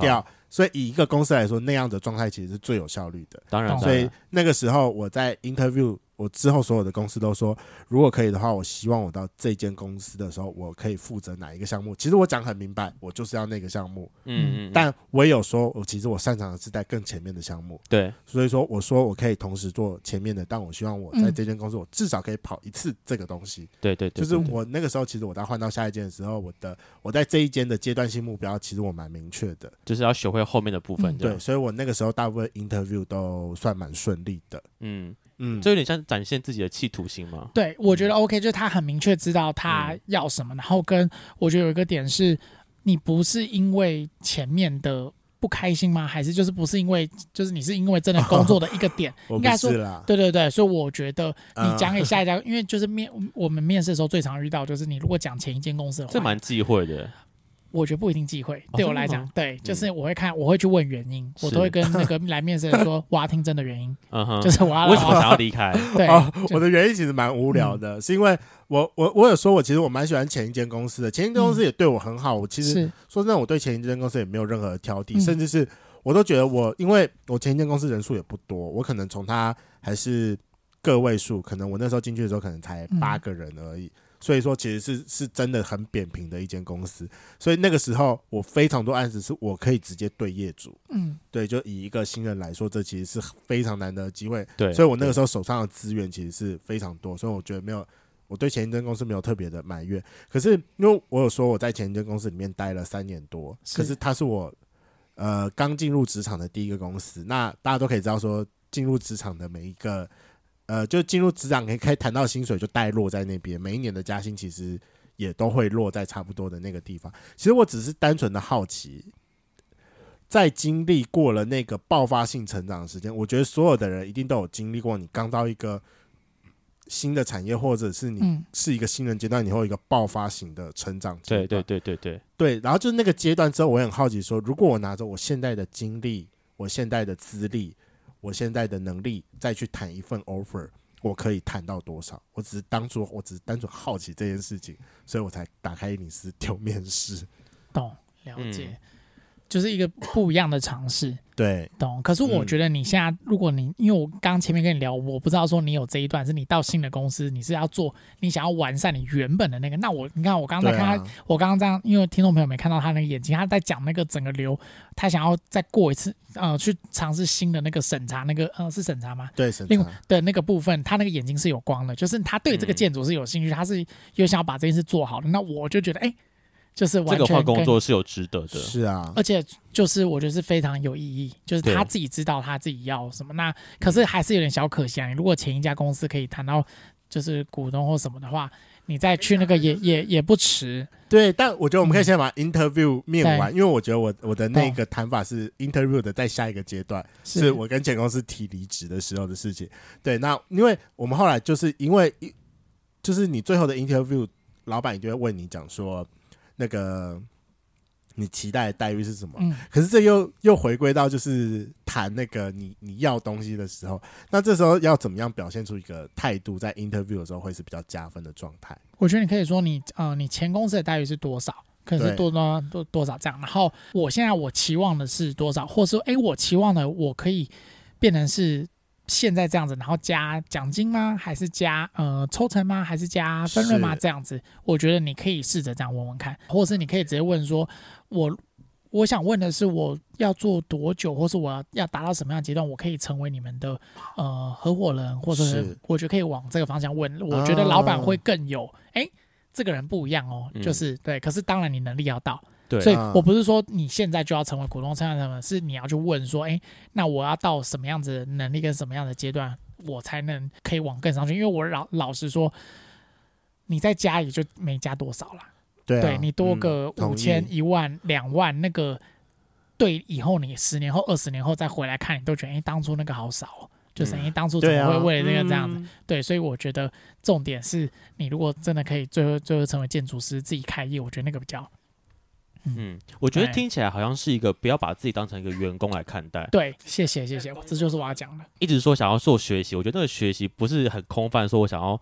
所以以一个公司来说，那样的状态其实是最有效率的。 当然， 所以那个时候我在 interview。我之后所有的公司都说，如果可以的话，我希望我到这间公司的时候，我可以负责哪一个项目。其实我讲很明白，我就是要那个项目。嗯嗯。但我也有说，我其实我擅长的是在更前面的项目。 对。 所以说，我说我可以同时做前面的，但我希望我在这间公司，我至少可以跑一次这个东西。 对对对。 就是我那个时候，其实我在换到下一间的时候，我的我在这一间的阶段性目标，其实我蛮明确的， 就是要学会后面的部分。 对，所以我那个时候大部分 interview 都算蛮顺利的。嗯。 嗯，这有点像展现自己的企图心嘛。 对，我觉得 OK， 就是他很明确知道他要什么，嗯、然后跟我觉得有一个点是，你不是因为前面的不开心吗？还是就是不是因为，就是你是因为真的工作的一个点？ 哦、 应该说，对对对，所以我觉得你讲给下一家，嗯、因为就是面我们面试的时候最常遇到，就是你如果讲前一间公司的话， 这蛮忌讳的。 我觉得不一定忌讳，对我来讲，哦、对，就是我会看，我会去问原因，我都会跟那个来面试的人说，我要听真的原因，嗯、就是我要为什么想要离开？ 对、 哦，我的原因其实蛮无聊的，嗯、是因为我我我有说，我其实我蛮喜欢前一间公司的，前一间公司也对我很好，我其实说真的，我对前一间公司也没有任何的挑剔，嗯、甚至是我都觉得我，因为我前一间公司人数也不多，我可能从他还是个位数，可能我那时候进去的时候可能才八个人而已。嗯，所以说其实是是真的很扁平的一间公司，所以那个时候我非常多案子是我可以直接对业主，嗯，对，就以一个新人来说，这其实是非常难得的机会，对，所以我那个时候手上的资源其实是非常多，所以我觉得没有，我对前一间公司没有特别的埋怨。可是因为我有说我在前一间公司里面待了三年多，可是它是我呃刚进入职场的第一个公司，那大家都可以知道说进入职场的每一个。呃，就进入职场可以可以谈到薪水就带落在那边，每一年的加薪其实也都会落在差不多的那个地方。其实我只是单纯的好奇，在经历过了那个爆发性成长的时间，我觉得所有的人一定都有经历过，你刚到一个新的产业，或者是你是一个新人阶段，你会有一个爆发型的成长阶段。 对对对对对对，然后就是那个阶段之后，我也很好奇说，如果我拿着我现在的经历，我现在的资历。我现在的能力再去谈一份 offer， 我可以谈到多少？我只是当初我只是单纯好奇这件事情，所以我才打开一零四丢面试。 懂，了解，嗯、就是一个不一样的尝试。 对， 懂。可是我觉得你现在，如果你因为我刚前面跟你聊，我不知道说你有这一段，是你到新的公司，你是要做，你想要完善你原本的那个。那我，你看我刚刚在看他，啊、我刚刚这样，因为听众朋友没看到他那个眼睛，他在讲那个整个流，他想要再过一次，呃，去尝试新的那个审查，那个呃是审查吗？ 对，审查另外的那个部分，他那个眼睛是有光的，就是他对这个建筑是有兴趣，嗯、他是有想要把这件事做好的。那我就觉得，哎、欸。就是完全这个换工作是有值得的， 是啊， 而且就是我觉得是非常有意义，就是他自己知道他自己要什么。那可是还是有点小可惜啊。如果前一家公司可以谈到就是股东或什么的话，你再去那个也也也不迟。 对，但我觉得我们可以先把 interview 面完，嗯、因为我觉得我我的那个谈法是 interview 的在下一个阶段，是, 是我跟前公司提离职的时候的事情。对，那因为我们后来就是因为就是你最后的 interview， 老板一定会问你讲说。那个你期待的待遇是什么？嗯、可是这又又回归到就是谈那个你你要东西的时候，那这时候要怎么样表现出一个态度，在 interview 的时候会是比较加分的状态？ 我觉得你可以说你呃你前公司的待遇是多少，可能是多多多多少这样，然后我现在我期望的是多少，或者说哎我期望的我可以变成是。现在这样子，然后加奖金吗？还是加呃抽成吗？还是加分润吗？这样子，我觉得你可以试着这样问问看，或者是你可以直接问说，我我想问的是我要做多久，或是我要要达到什么样的阶段，我可以成为你们的呃合伙人，或者是我觉得可以往这个方向问，我觉得老板会更有哎、欸，这个人不一样哦，就是、嗯、对，可是当然你能力要到。 对， 所以我不是说你现在就要成为股东参与人，是你要去问说，哎，那我要到什么样子的能力跟什么样的阶段，我才能可以往更上去？因为我老老实说，你在家里就没加多少啦， 对、啊， 对你多个五千、一万、两万，那个对以后你十年后、二十年后再回来看，你都觉得，哎，当初那个好少、哦。就是你当初怎么会为了这个这样子？对,、啊嗯、对，所以我觉得重点是你如果真的可以最后最后成为建筑师，自己开业，我觉得那个比较。 嗯，我觉得听起来好像是一个不要把自己当成一个员工来看待。 对，谢谢谢谢，这就是我要讲的。 一直说想要做学习，我觉得那个学习不是很空泛，说我想要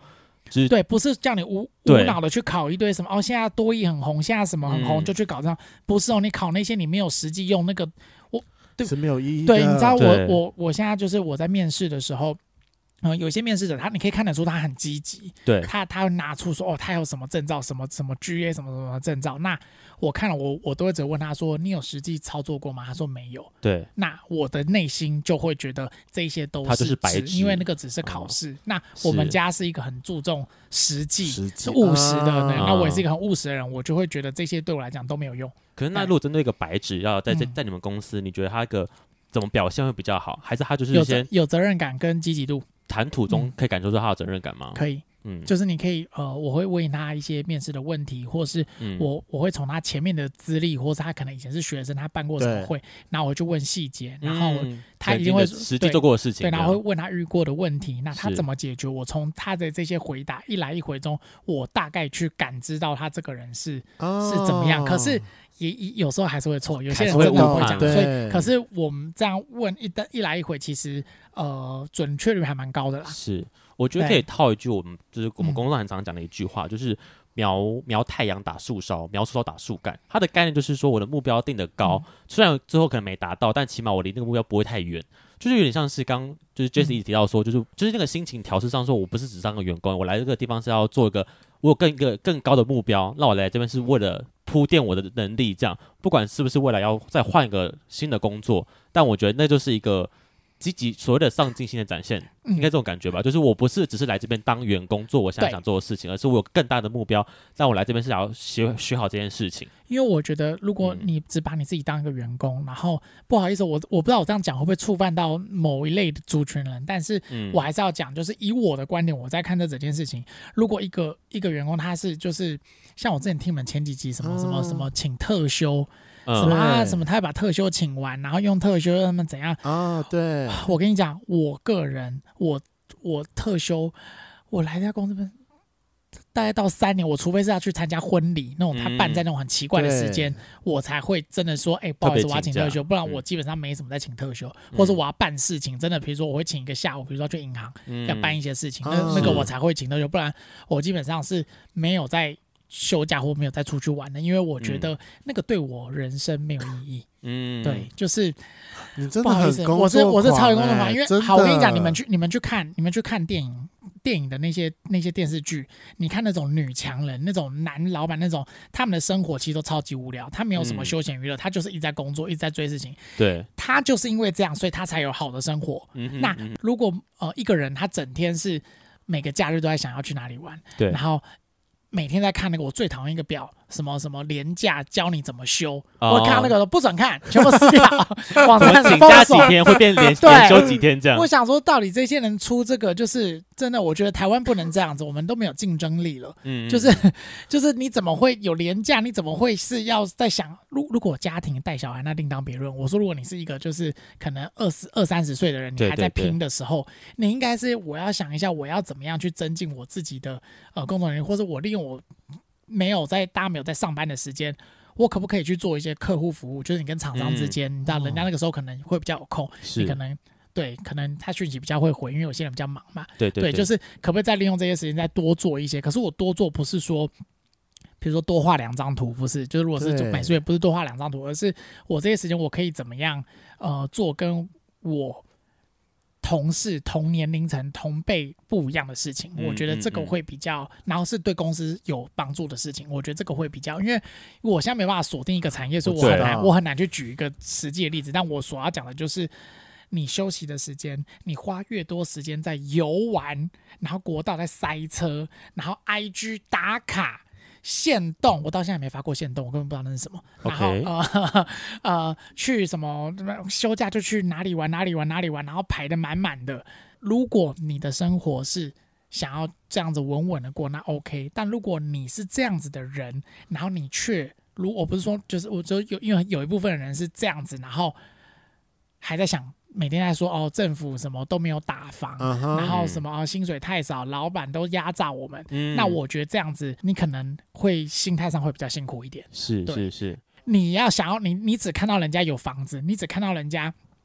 就是对，不是叫你无无脑的去考一堆什么哦，现在多益很红，现在什么很红、嗯、就去考这样，不是哦，你考那些你没有实际用那个，我对是没有意义的。 对，你知道我我我现在就是我在面试的时候。嗯，有些面试者他你可以看得出他很积极， 对， 他他会拿出说哦，他有什么证照，什么什么 G A 什么什么证照。那我看了我我都会只问他说，你有实际操作过吗？他说没有。 对， 那我的内心就会觉得这些都是他就是白纸， 因为那个只是考试、哦。那我们家是一个很注重实际、 是务实的人、 啊， 那我也是一个很务实的人，我就会觉得这些对我来讲都没有用。 可是那如果针对一个白纸要在在、嗯、在你们公司，你觉得他一个怎么表现会比较好？还是他就是有先有责任感跟积极度？ 谈吐中可以感受到他的责任感吗？ 可以，嗯，就是你可以呃，我会问他一些面试的问题，或是我、嗯、我会从他前面的资历，或是他可能以前是学生，他办过什么会，然后我就问细节，然后他一定会实际做过的事情， 对，然后会问他遇过的问题，那他怎么解决？我从他的这些回答一来一回中，我大概去感知到他这个人是、哦、是怎么样，可是。也有时候还是会错，有些人真的不会讲，所以可是我们这样问一一来一回，其实呃准确率还蛮高的啦。 是，我觉得可以套一句我们就是我们工作很常讲的一句话，嗯、就是苗苗太阳打树梢，苗树梢打树干。它的概念就是说，我的目标定得高、嗯，虽然最后可能没达到，但起码我离那个目标不会太远。就是有点像是刚就是 Jesse 一直提到说，就是就是那个心情调试上说，我不是只当个员工，我来这个地方是要做一个我有更一个更高的目标，那我来这边是为了铺垫我的能力，这样不管是不是未来要再换一个新的工作，但我觉得那就是一个积极所谓的上进心的展现，应该这种感觉吧、嗯、就是我不是只是来这边当员工做我现在想做的事情，而是我有更大的目标，但我来这边是要学学好这件事情。 因为我觉得如果你只把你自己当一个员工、嗯、然后不好意思我我不知道我这样讲会不会触犯到某一类的族群人，但是我还是要讲，就是以我的观点我在看这整件事情，如果一个一个员工他是就是像我之前听你们前几集什么什么什么请特休、嗯、什么啊什么他会把特休请完，然后用特休他们怎样啊、 哦？对， 我跟你讲，我个人我我特休，我来这家公司大概到三年，我除非是要去参加婚礼那种他办在那种很奇怪的时间、嗯，我才会真的说，哎、欸，不好意思，我要请特休，不然我基本上没什么在请特休，嗯、或者我要办事情，真的，比如说我会请一个下午，比如说去银行、嗯、要办一些事情，那、嗯、那个我才会请特休，不然我基本上是没有在休假或没有再出去玩的，因为我觉得那个对我人生没有意义。嗯，对，就是你真的很工作狂、欸、 我是我是超级工作狂，因为好，我跟你讲，你们去你们去看你们去看电影。电影的那些那些电视剧，你看那种女强人、那种男老板那种，他们的生活其实都超级无聊，他没有什么休闲娱乐、嗯，他就是一直在工作，一直在追事情。 对， 他就是因为这样，所以他才有好的生活。嗯、那如果呃一个人他整天是每个假日都在想要去哪里玩，对，然后每天在看那个我最讨厌一个表，什么什么连假教你怎么休，哦、我看到那个不准看，全部撕掉，网站请假几天会变连连休几天这样。 我想说，到底这些人出这个，就是真的，我觉得台湾不能这样子，我们都没有竞争力了。嗯，就是就是你怎么会有连假？你怎么会是要在想，如如果家庭带小孩，那另当别论。我说，如果你是一个就是可能二十二三十岁的人，你还在拼的时候，对对对，你应该是我要想一下，我要怎么样去增进我自己的呃工作能力，或者我利用我没有在大家没有在上班的时间，我可不可以去做一些客户服务？就是你跟厂商之间、嗯，你知道，人家那个时候可能会比较有空，你可能对，可能他讯息比较会回，因为有些人比较忙嘛。 对对 对, 对，就是可不可以再利用这些时间再多做一些？可是我多做不是说，比如说多画两张图，不是，就是如果是美术也不是多画两张图，而是我这些时间我可以怎么样呃做跟我同事同年龄层同辈不一样的事情、嗯、我觉得这个会比较、嗯嗯、然后是对公司有帮助的事情，我觉得这个会比较，因为我现在没办法锁定一个产业，所以我很难、啊、我很难去举一个实际的例子，但我所要讲的就是你休息的时间，你花越多时间在游玩，然后国道在塞车，然后 I G 打卡限动，我到现在没发过限动，我根本不知道那是什么。然后、okay. 呃呃，去什么休假就去哪里玩哪里玩哪里玩，然后排得满满的。如果你的生活是想要这样子稳稳的过，那 OK。但如果你是这样子的人，然后你却如我不是说就是我就有因为有一部分人是这样子，然后还在想。每天在说哦，政府什么都没有打房， uh-huh, 然后什么、哦、薪水太少，老板都压榨我们、嗯。那我觉得这样子，你可能会心态上会比较辛苦一点。 是是是， 你要想要你你只看到人家有房子，你只看到人家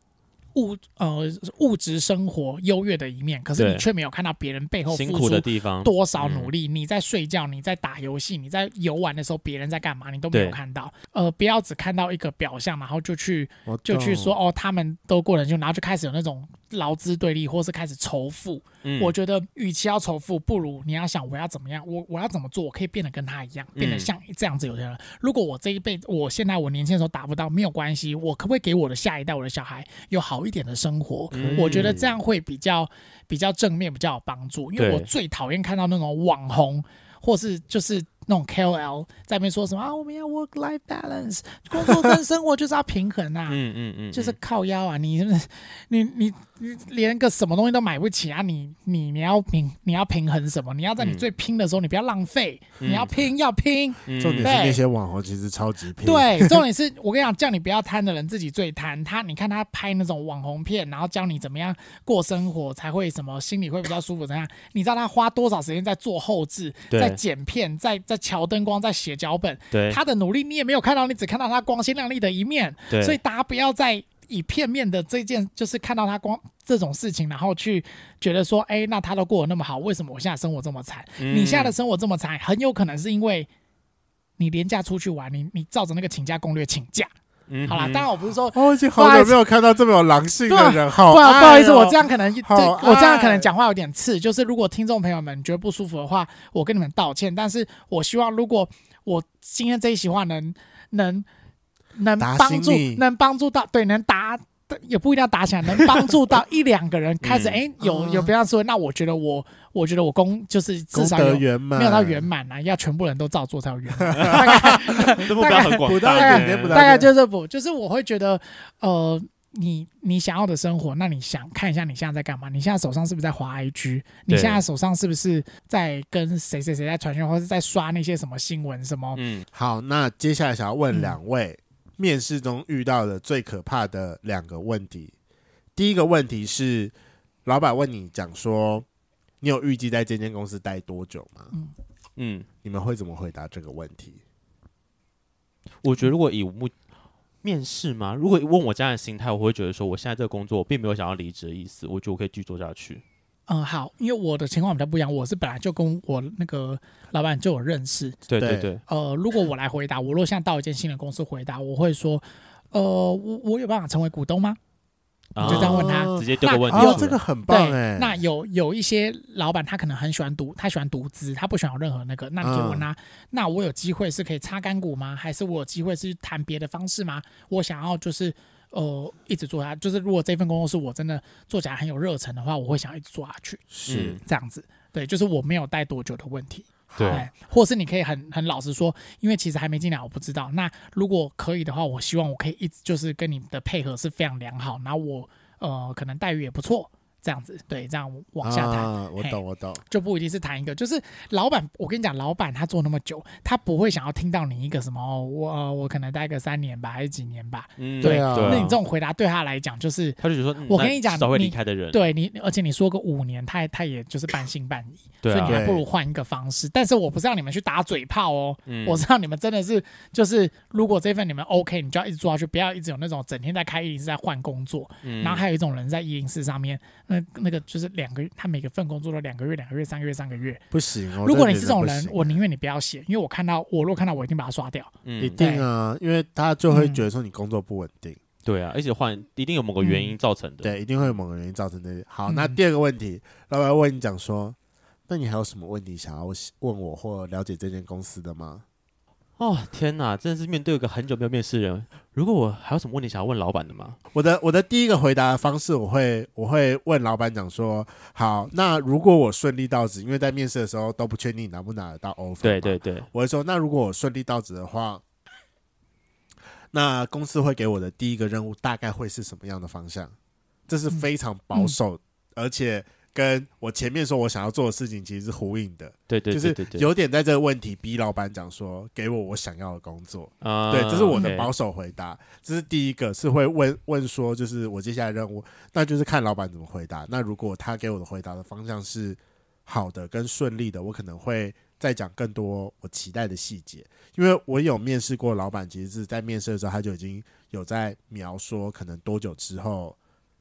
物呃物质生活优越的一面，可是你却没有看到别人背后付出多少努力。你在睡觉，你在打游戏，你在游玩的时候，别人在干嘛，你都没有看到。呃，不要只看到一个表象，然后就去就去说哦，他们都过得很久，然后就开始有那种劳资对立，或是开始仇富。嗯、我觉得，与其要仇富，不如你要想我要怎么样，我我要怎么做，我可以变得跟他一样，变得像这样子有钱人。嗯、如果我这一辈子，我现在我年轻的时候达不到，没有关系，我可不可以给我的下一代，我的小孩有好一点的生活？嗯、我觉得这样会比较比较正面，比较有帮助。因为我最讨厌看到那种网红，或是就是那种 K O L 在那边说什么啊，我们要 work life balance， 工作跟生活就是要平衡啊，嗯嗯嗯，就是靠腰啊，你你你你连个什么东西都买不起啊，你你你要平你要平衡什么？你要在你最拼的时候，你不要浪费，嗯、你要拼要拼。 嗯、重点是那些网红其实超级拼。 对，重点是我跟你讲，叫你不要贪的人自己最贪。他你看他拍那种网红片，然后教你怎么样过生活才会什么心里会比较舒服怎样？你知道他花多少时间在做后制，在剪片，在在调灯光，在写脚本，他的努力你也没有看到，你只看到他光鲜亮丽的一面。所以大家不要再以片面的这件，就是看到他光这种事情，然后去觉得说，哎，那他都过得那么好，为什么我现在生活这么惨？嗯、你现在的生活这么惨，很有可能是因为你连假出去玩，你你照着那个请假攻略请假。嗯、好啦，当然我不是说， 哦、我已经好久没有看到这么有狼性的人，好、 不好不好意思，我这样可能我这样可能讲话有点刺，就是如果听众朋友们觉得不舒服的话，我跟你们道歉。但是我希望，如果我今天这一席话能能能帮助，能帮助到，对，能打。也不一定要打起来，能帮助到一两个人开始，哎、嗯欸，有有不要说，那我觉得我，我觉得我功就是至少有圆满， 没有到圆满啊，要全部人都照做才有圆满。大概这目标很广大， 大概大概就是不，就是我会觉得，呃，你你想要的生活，那你想看一下你现在在干嘛？你现在手上是不是在滑 I G？ 你现在手上是不是在跟谁谁谁在传讯，或是在刷那些什么新闻什么？ 嗯，好，那接下来想要问两位。嗯面试中遇到的最可怕的两个问题，第一个问题是，老板问你讲说，你有预计在这间公司待多久吗？嗯嗯，你们会怎么回答这个问题？ 我觉得如果以目面试吗？如果问我这样的心态，我会觉得说，我现在这个工作我并没有想要离职的意思，我觉得我可以继续做下去。 嗯，好，因为我的情况比较不一样，我是本来就跟我那个老板就有认识。 对对对。 呃，如果我来回答，我如果现在到一间新的公司回答，我会说，呃，我我有办法成为股东吗？你就这样问他， 直接丢个问题。 哦，这个很棒哎。 那有有一些老板他可能很喜欢独，他喜欢独资，他不喜欢有任何那个，那你可以问他，嗯、那我有机会是可以插干股吗？还是我有机会是谈别的方式吗？我想要就是。呃，一直做下，就是如果这份工作是我真的做起来很有热忱的话，我会想一直做下去， 是这样子。对，就是我没有待多久的问题。 对， 或是你可以很很老实说，因为其实还没进来，我不知道。那如果可以的话，我希望我可以一直就是跟你的配合是非常良好，然后我呃可能待遇也不错。这样子，对，这样往下谈、 啊，我懂，我懂， 就不一定是谈一个，就是老板，我跟你讲，老板他做那么久，他不会想要听到你一个什么，哦、我、呃、我可能待个三年吧，还是几年吧，嗯，对， 对啊， 那你这种回答对他来讲，就是他就觉得说， 我跟你讲， 早会离开的人， 对你，而且你说个五年，他他也就是半信半疑， 对、啊， 所以你还不如换一个方式。但是我不是让你们去打嘴炮哦，嗯、我是让你们真的是，就是如果这份你们 OK， 你就要一直做下去，不要一直有那种整天在开一零四在换工作，嗯、然后还有一种人在一零四上面，那那个就是两个月，他每个份工作都两个月、两个月、三个月、三个月， 不行哦。 如果你是这种人，我宁愿你不要写，因为我看到我如果看到我一定把它刷掉， 嗯、一定啊，因为他就会觉得说你工作不稳定。嗯对啊，而且换一定有某个原因造成的。 嗯、对，一定会有某个原因造成的。好，那第二个问题，老板问你讲说，那你还有什么问题想要问我或了解这间公司的吗？ 哦天哪，真的是面对一个很久没有面试的人。如果我还有什么问题想要问老板的吗？ 我的我的第一个回答的方式，我会我会问老板讲说，好，那如果我顺利到职，因为在面试的时候都不确定你拿不拿得到 offer， 对对对， 我会说，那如果我顺利到职的话。那公司会给我的第一个任务大概会是什么样的方向？这是非常保守，嗯、而且跟我前面说我想要做的事情其实是呼应的。 对对对对对， 就是有点在这个问题逼老板讲说，给我我想要的工作。啊、对，这是我的保守回答。Okay. 这是第一个，是会问问说，就是我接下来任务，那就是看老板怎么回答。那如果他给我的回答的方向是好的跟顺利的，我可能会再讲更多我期待的细节，因为我有面试过老板，其实是在面试的时候他就已经有在描说可能多久之后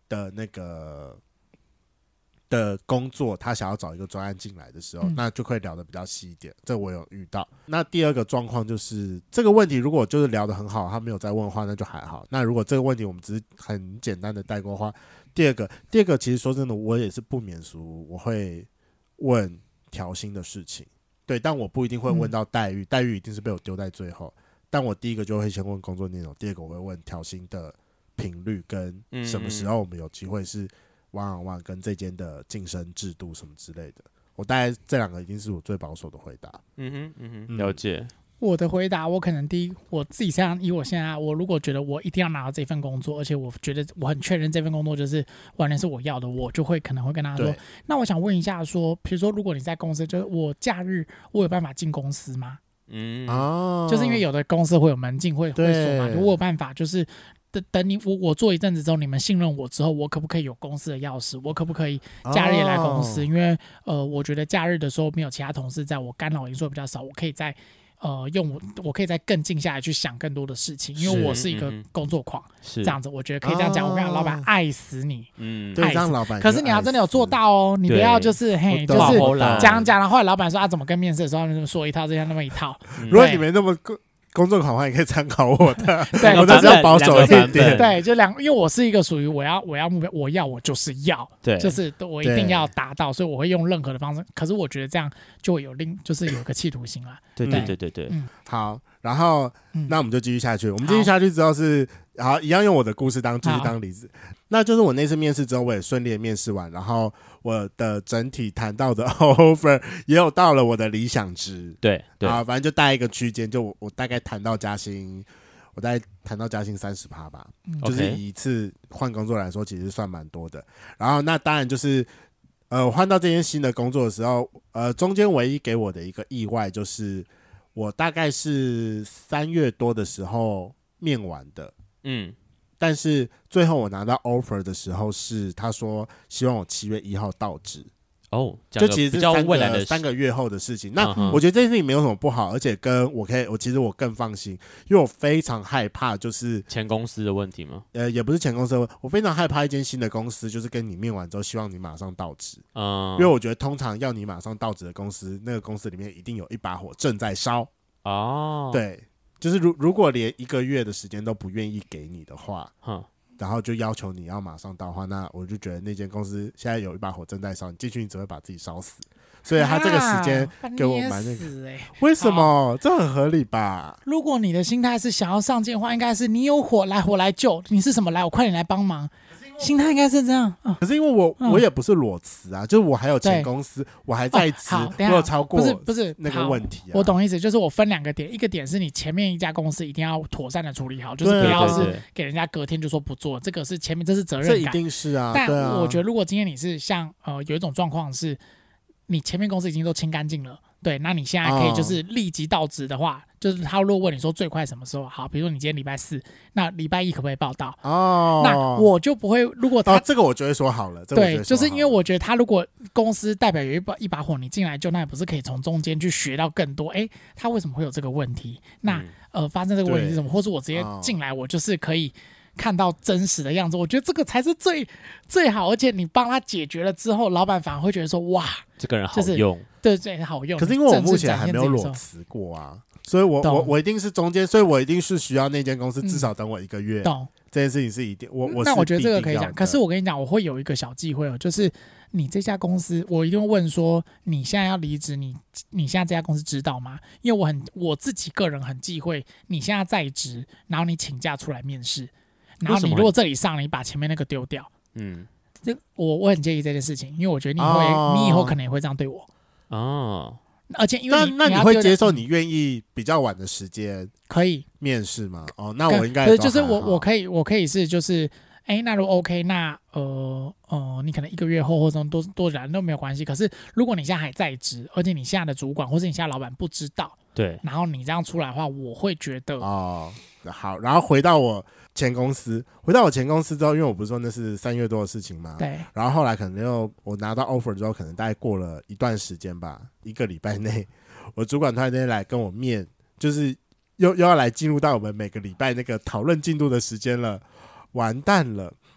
的那个的工作，他想要找一个专案进来的时候，嗯、那就会聊得比较细一点。这我有遇到。那第二个状况就是这个问题，如果就是聊得很好，他没有再问的话，那就还好。那如果这个问题我们只是很简单的带过的话，第二个，第二个其实说真的，我也是不免俗，我会问调薪的事情，对，但我不一定会问到待遇，嗯、待遇一定是被我丢在最后。但我第一个就会先问工作内容，第二个我会问调薪的频率跟什么时候我们有机会是。one on one 跟这间的晋升制度什么之类的，我大概这两个一定是我最保守的回答。 嗯哼嗯哼，了解。 我的回答，我可能第一，我自己像以我现在，我如果觉得我一定要拿到这份工作，而且我觉得我很确认这份工作就是完全是我要的，我就会可能会跟他说，那我想问一下说，比如说如果你在公司，就是我假日我有办法进公司吗？嗯，哦，就是因为有的公司会有门禁会会锁嘛，如果我有办法就是。等等你我我做一阵子之后，你们信任我之后，我可不可以有公司的钥匙？我可不可以假日也来公司？ Oh. 因为呃，我觉得假日的时候没有其他同事在，我干扰因素比较少，我可以在呃用我我可以再更静下来去想更多的事情，因为我是一个工作狂，是这样子，我觉得可以这样讲。Oh. 我跟你讲，老板爱死你，嗯， 对，让老板。 可是你要真的有做到哦，你不要就是嘿，就是讲讲了，后来老板说啊，怎么跟面试的时候他们说一套，这样那么一套。 如果你没那么工作狂的话，你可以参考我的，对，我的比较保守一点点。 对，就两，因为我是一个属于我要我要目标，我要我就是要，对，就是我一定要达到，所以我会用任何的方式。可是我觉得这样就会有另就是有个企图心啦。 对对对对对， 嗯， 好，然后、嗯、那我们就继续下去。我们继续下去之后是，好，一样用我的故事当继续当例子。那就是我那次面试之后，我也顺利的面试完，然后我的整体谈到的 offer 也有到了我的理想值， 对对啊，反正就大概一个区间，就 我, 我大概谈到加薪，我大概谈到加薪三十趴吧，嗯、就是以一次换工作来说，其实算蛮多的。然后那当然就是，呃，我换到这间新的工作的时候，呃，中间唯一给我的一个意外就是，我大概是三月多的时候面完的，嗯。但是最后我拿到 offer 的时候是他说希望我七月一号到职哦， 就其实是三个三个月后的事情。那我觉得这件事情没有什么不好，而且跟我可以，我其实我更放心，因为我非常害怕就是前公司的问题吗？ 呃，也不是前公司的问题，我非常害怕一间新的公司就是跟你面完之后希望你马上到职，嗯，因为我觉得通常要你马上到职的公司，那个公司里面一定有一把火正在烧哦，对。就是如如果连一个月的时间都不愿意给你的话，嗯，然后就要求你要马上到的话，那我就觉得那间公司现在有一把火正在烧，你进去你只会把自己烧死。所以他这个时间给我蛮那个，啊欸、为什么？这很合理吧？ 如果你的心态是想要上进的话，应该是你有火来火来救，你是什么来我快点来帮忙。心态应该是这样、嗯、 可是因为我、嗯、我也不是裸辞啊，就是我还有前公司，我还在辞、哦、我有超过不是不是那个问题、啊、 我懂意思，就是我分两个点，一个点是你前面一家公司一定要妥善的处理好，就是不要是给人家隔天就说不做，这个是前面这是责任感， 这一定是啊。 但啊我觉得如果今天你是像呃有一种状况是你前面公司已经都清干净了，对，那你现在可以就是立即到职的话、哦，就是他如果问你说最快什么时候好，比如说你今天礼拜四，那礼拜一可不可以报到？哦，那我就不会，如果他、 哦、这个我就会说好了，这个、 对，就是因为我觉得他如果公司代表有一把一把火，你进来就那也不是可以从中间去学到更多？哎，他为什么会有这个问题？那、嗯、呃发生这个问题是什么？或是我直接进来，我就是可以看到真实的样子，我觉得这个才是最最好，而且你帮他解决了之后，老板反而会觉得说哇， 这个人好用。 就是对对，好用。 可是因为我目前还没有裸辞过啊，所以我我我一定是中间，所以我一定是需要那间公司至少等我一个月。懂、嗯、这件事情是一定，我我那我觉得这个可以讲。可是我跟你讲，我会有一个小忌讳哦，就是你这家公司，我一定会问说，你现在要离职，你你现在这家公司知道吗？因为我很我自己个人很忌讳，你现在在职，然后你请假出来面试，然后你如果这里上了，你把前面那个丢掉，嗯，这我我很介意这件事情，因为我觉得你会、哦，你以后可能也会这样对我。哦，而且因为你那那你会接受你愿意比较晚的时间可以面试吗？哦，那我应该对，就是我我可以我可以是就是哎、欸，那如果 OK， 那呃呃，你可能一个月后或者多多久都没有关系。可是如果你现在还在职，而且你现在的主管或是你现在老板不知道， 对， 然后你这样出来的话，我会觉得哦好，然后回到我前公司，回到我前公司之后，因为我不是说那是三月多的事情嘛， 对。 然后后来可能又我拿到 offer 之后，可能大概过了一段时间吧，一个礼拜内，我主管突然间来跟我面，就是又又要来进入到我们每个礼拜那个讨论进度的时间了，完蛋了。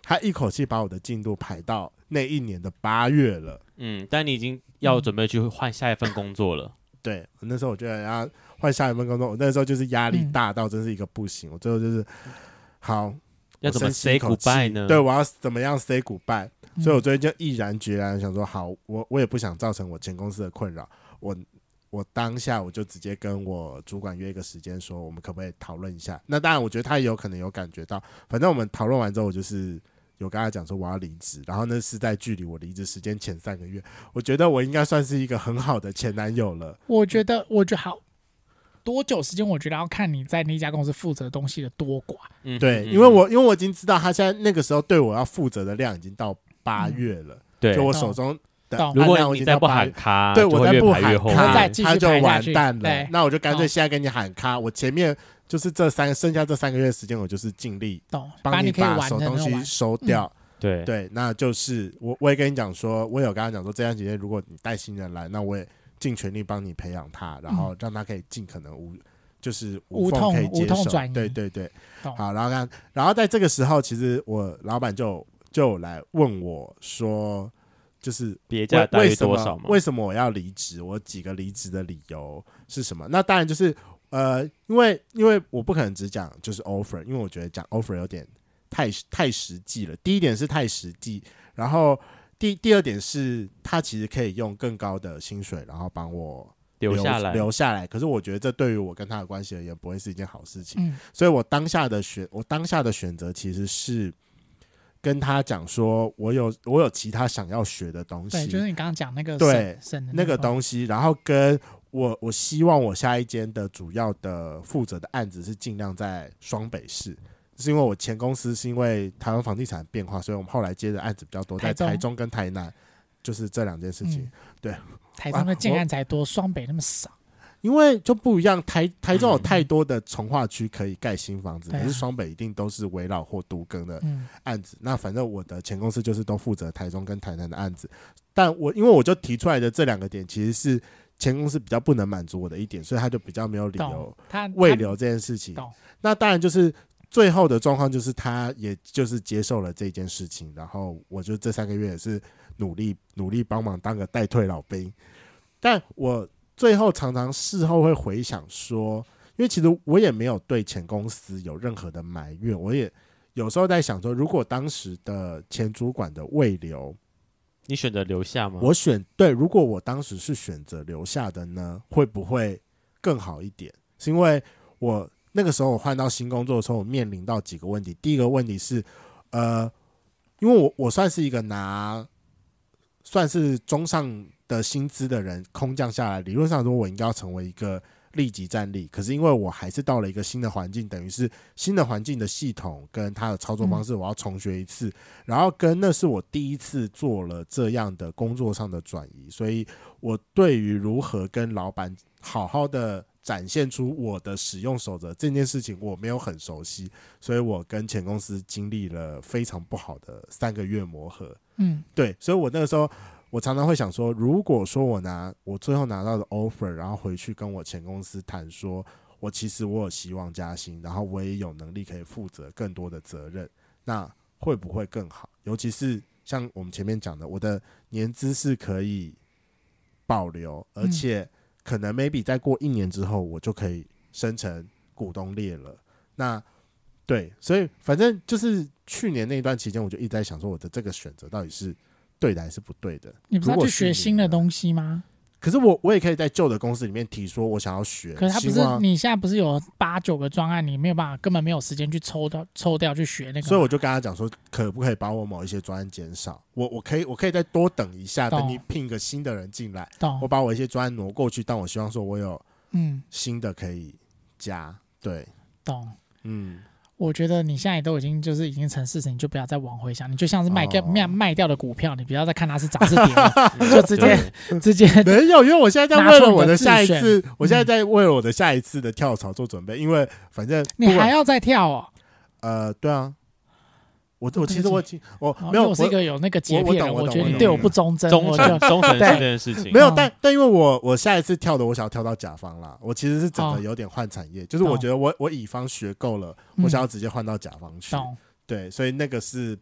他一口气把我的进度排到那一年的八月了。 嗯，但你已经要准备去换下一份工作了。 对，那时候我觉得要换下一份工作，我那时候就是压力大到真是一个不行。嗯、我最后就是好， 要怎么 say goodbye 呢？ 对，我要怎么样 say goodbye？、嗯、所以我最近就毅然决然想说，好，我我也不想造成我前公司的困扰，我我当下我就直接跟我主管约一个时间，说我们可不可以讨论一下？那当然，我觉得他也有可能有感觉到，反正我们讨论完之后，我就是有跟他讲说我要离职，然后那是在距离我离职时间前三个月，我觉得我应该算是一个很好的前男友了。 我觉得，我觉得好。多久时间？我觉得要看你在那家公司负责的东西的多寡。 嗯，对，因为我因为我已经知道他现在那个时候对我要负责的量已经到八月了， 对、嗯， 就我手中的案如量已经到八月， 果你再不喊卡， 对我再不喊卡， 他就完蛋了。那我就干脆现在跟你喊卡，我前面就是这三剩下这三个月的时间，我就是尽力帮你把手东西收掉。 嗯、 对对，那就是我我也跟你讲说，我有跟他讲说，这段时间如果你带新人来，那我也尽全力帮你培养他，然后让他可以尽可能无。就是无缝可以接受，对对对，好，然后看，然后在这个时候，其实我老板就就来问我说，就是别价待遇多少吗？ 为什么我要离职？我几个离职的理由是什么？那当然就是呃，因为因为我不可能只讲就是 offer， 因为我觉得讲 offer 有点太太实际了。第一点是太实际，然后第第二点是他其实可以用更高的薪水，然后帮我。 留下来， 留下来。可是我觉得这对于我跟他的关系而言，不会是一件好事情。 嗯、 所以我当下的选，我当下的选择其实是跟他讲说，我有我有其他想要学的东西， 对，就是你刚刚讲那个对那, 那个东西，然后跟我我希望我下一间的主要的负责的案子是尽量在双北市。是因为我前公司是因为台湾房地产变化，所以我们后来接的案子比较多，在台中跟台南，就是这两件事情。嗯、对。 台中的建案才多，双北那么少， 因为就不一样。台台中有太多的重划区可以盖新房子， 嗯、 可是双北一定都是围绕或都更的案子。嗯、那反正我的前公司就是都负责台中跟台南的案子，但我因为我就提出来的这两个点，其实是前公司比较不能满足我的一点，所以他就比较没有理由未留这件事情。那当然就是最后的状况就是他也就是接受了这件事情，然后我就这三个月也是努力努力帮忙当个代退老兵。但我最后常常事后会回想说，因为其实我也没有对前公司有任何的埋怨，我也有时候在想说，如果当时的前主管的未留， 你选择留下吗？ 我选对，如果我当时是选择留下的呢，会不会更好一点？是因为我那个时候我换到新工作的时候，我面临到几个问题。第一个问题是，呃，因为我我算是一个拿算是中上的薪资的人，空降下来，理论上说我应该要成为一个立即战力，可是因为我还是到了一个新的环境，等于是新的环境的系统跟它的操作方式我要重学一次，嗯、然后跟那是我第一次做了这样的工作上的转移，所以我对于如何跟老板好好的展现出我的使用守则这件事情我没有很熟悉，所以我跟前公司经历了非常不好的三个月磨合。 嗯， 对，所以我那个时候我常常会想说，如果说我拿我最后拿到的 offer， 然后回去跟我前公司谈说，我其实我有希望加薪，然后我也有能力可以负责更多的责任，那会不会更好？尤其是像我们前面讲的，我的年资是可以保留，而且可能 maybe 再过一年之后，我就可以升成股东列了。那对，所以反正就是去年那段期间，我就一直在想说，我的这个选择到底是对的还是不对的？ 你不是要去学新的东西吗？ 可是我我也可以在旧的公司里面提说我想要学， 可是他不是你现在不是有八九个专案，你没有办法，根本没有时间去抽掉抽掉去学那个， 所以我就跟他讲说，可不可以把我某一些专案减少？我我可以我可以再多等一下，等你聘个新的人进来，我把我一些专案挪过去，但我希望说我有嗯新的可以加，对， 懂， 嗯。 我觉得你现在都已经就是已经成事情，你就不要再往回想，你就像是卖掉、哦、卖卖掉的股票，你不要再看它是涨是跌了，就直接直接没有，因为我现在在为了我的下一次，嗯、我现在在为了我的下一次的跳槽做准备，因为反正你还要再跳哦。 呃，对啊。我我其实我我没有，我是一个有那个洁癖的人，我觉得你对我不忠贞，忠诚忠诚这件事情没有，但但因为我我下一次跳的，我想要跳到甲方啦，我其实是整个有点换产业，就是我觉得我我乙方学够了，我想要直接换到甲方去，对，所以那个是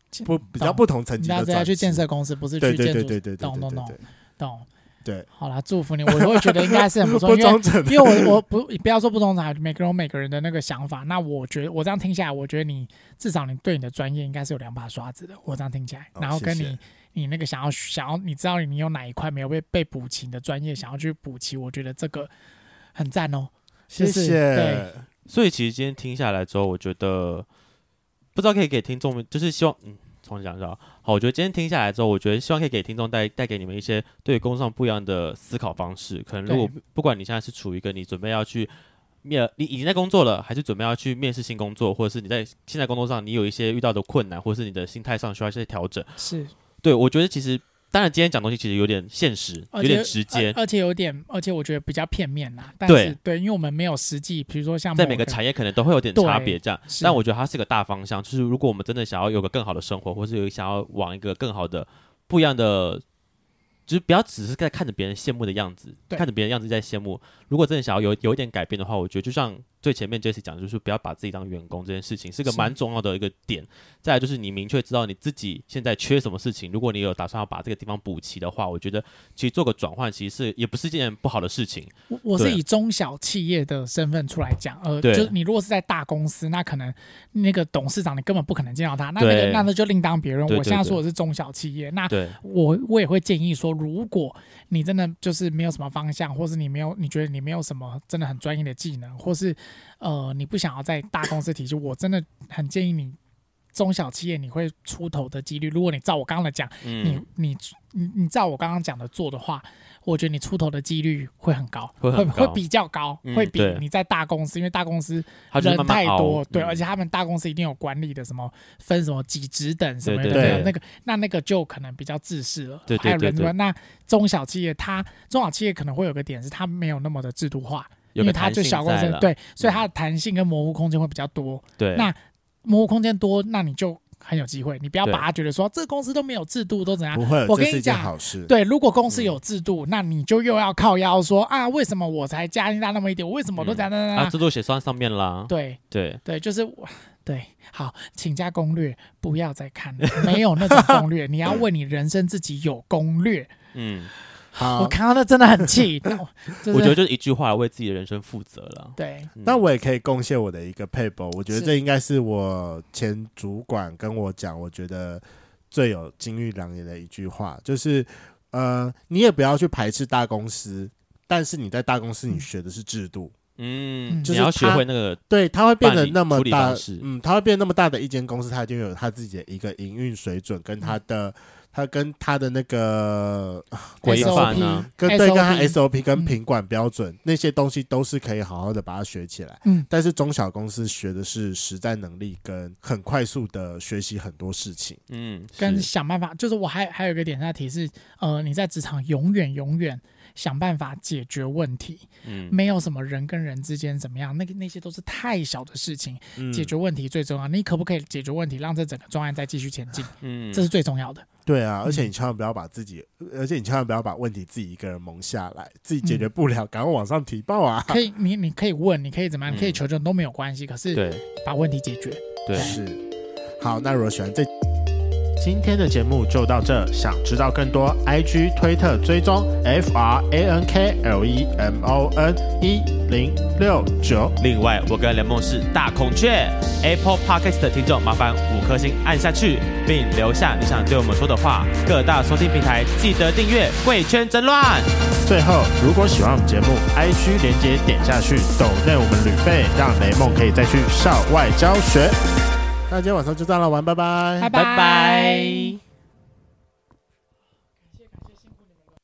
不比较不同层级的转职， 你要去建设公司，不是去建筑，对对对对对对，懂懂懂懂。 对， 好啦，祝福你，我会觉得应该是很不错，因为因为我我不不要说不同场，每个人有每个人的那个想法。那我觉得我这样听下来，我觉得你至少你对你的专业应该是有两把刷子的。我这样听起来，然后跟你、哦、谢谢你那个想要想要你知道你有哪一块没有被被补齐的专业，想要去补齐，我觉得这个很赞哦。 谢谢。 对， 所以其实今天听下来之后，我觉得不知道可以给听众们，就是希望嗯。重新讲一下，好，我觉得今天听下来之后，我觉得希望可以给听众带带给你们一些对工作上不一样的思考方式。可能如果不管你现在是处于一个你准备要去面，你已经在工作了，还是准备要去面试新工作，或者是你在现在工作上你有一些遇到的困难，或者是你的心态上需要一些调整， 是对我觉得其实。当然，今天讲东西其实有点现实，有点直接， 而且有点，而且我觉得比较片面啦。但是对对，因为我们没有实际，比如说像在每个产业可能都会有点差别这样。但我觉得它是个大方向，就是如果我们真的想要有个更好的生活，或是有想要往一个更好的、不一样的。就是不要只是在看着别人羡慕的样子，看着别人的样子在羡慕。如果真的想要有有一点改变的话，我觉得就像最前面 Jessie 讲的，就是不要把自己当员工这件事情是个蛮重要的一个点。再来就是你明确知道你自己现在缺什么事情，如果你有打算要把这个地方补齐的话，我觉得其实做个转换其实是也不是一件不好的事情。 我我是以中小企业的身份出来讲，呃，就是你如果是在大公司，那可能那个董事长你根本不可能见到他，那那个那那就另当别论。我现在说的是中小企业，那我我也会建议说。如果你真的就是没有什么方向，或是你没有你觉得你没有什么真的很专业的技能，或是呃你不想要在大公司体系，我真的很建议你中小企业你会出头的几率。如果你照我刚刚的讲，嗯、你你你你照我刚刚讲的做的话，我觉得你出头的几率会很高， 会很高会会比较高，嗯、会比你在大公司，因为大公司人太多，对、嗯，而且他们大公司一定有管理的什么分什么几职等什么的， 对对对那个那那个就可能比较自私了。 对对对对， 还有人那中小企业，它中小企业可能会有个点是它没有那么的制度化，因为它就小公司，对，所以它的弹性跟模糊空间会比较多。 对， 那模糊空间多，那你就很有机会。你不要把它觉得说这个公司都没有制度，都怎样？ 不会， 我跟你讲， 好事。 对，如果公司有制度，嗯、那你就又要靠腰说啊，为什么我才加进来那么一点？我为什么都这样？ 嗯、啊，制度写算上面啦。 对对对，就是我。对，好，请加攻略，不要再看了，没有那种攻略，你要为你人生自己有攻略。 嗯。 好，我看到那真的很气。 就是、我觉得就是一句话，为自己的人生负责了。 对， 嗯、 那我也可以贡献我的一个配博，我觉得这应该是我前主管跟我讲，我觉得最有金玉良言的一句话，就是呃，你也不要去排斥大公司，但是你在大公司你学的是制度。 嗯，就是你要学会那个， 对，它会变得那么大，嗯，它会变得那么大的一间公司，它一定有它自己的一个营运水准，跟它的。它跟它的那个规范啊， 跟对跟它 S O P 跟品管标准、嗯、那些东西都是可以好好的把它学起来。嗯，但是中小公司学的是实战能力跟很快速的学习很多事情。 嗯， 跟想办法，就是我还还有一个点在提示，呃，你在职场永远永远想办法解决问题。嗯，没有什么人跟人之间怎么样，那个那些都是太小的事情。嗯，解决问题最重要。你可不可以解决问题，让这整个专案再继续前进？嗯，这是最重要的。 对啊，而且你千万不要把自己，嗯、而且你千万不要把问题自己一个人蒙下来，自己解决不了，赶快往上提报啊！ 可以，你你可以问，你可以怎么样，你可以求救都没有关系，可是把问题解决。 对， 是。好，那如果喜欢这今天的节目就到这，想知道更多 I G 推特追踪 F R A N K L E M O N 一零六九。 另外，我跟雷梦是大孔雀 Apple Podcast 的听众，麻烦五颗星按下去，并留下你想对我们说的话。各大收听平台记得订阅《贵圈争乱》。 最后，如果喜欢我们节目 ，I G 连结点下去，抖内我们旅费，让雷梦可以再去校外教学。那今天晚上就这样了，玩，拜拜， 拜拜。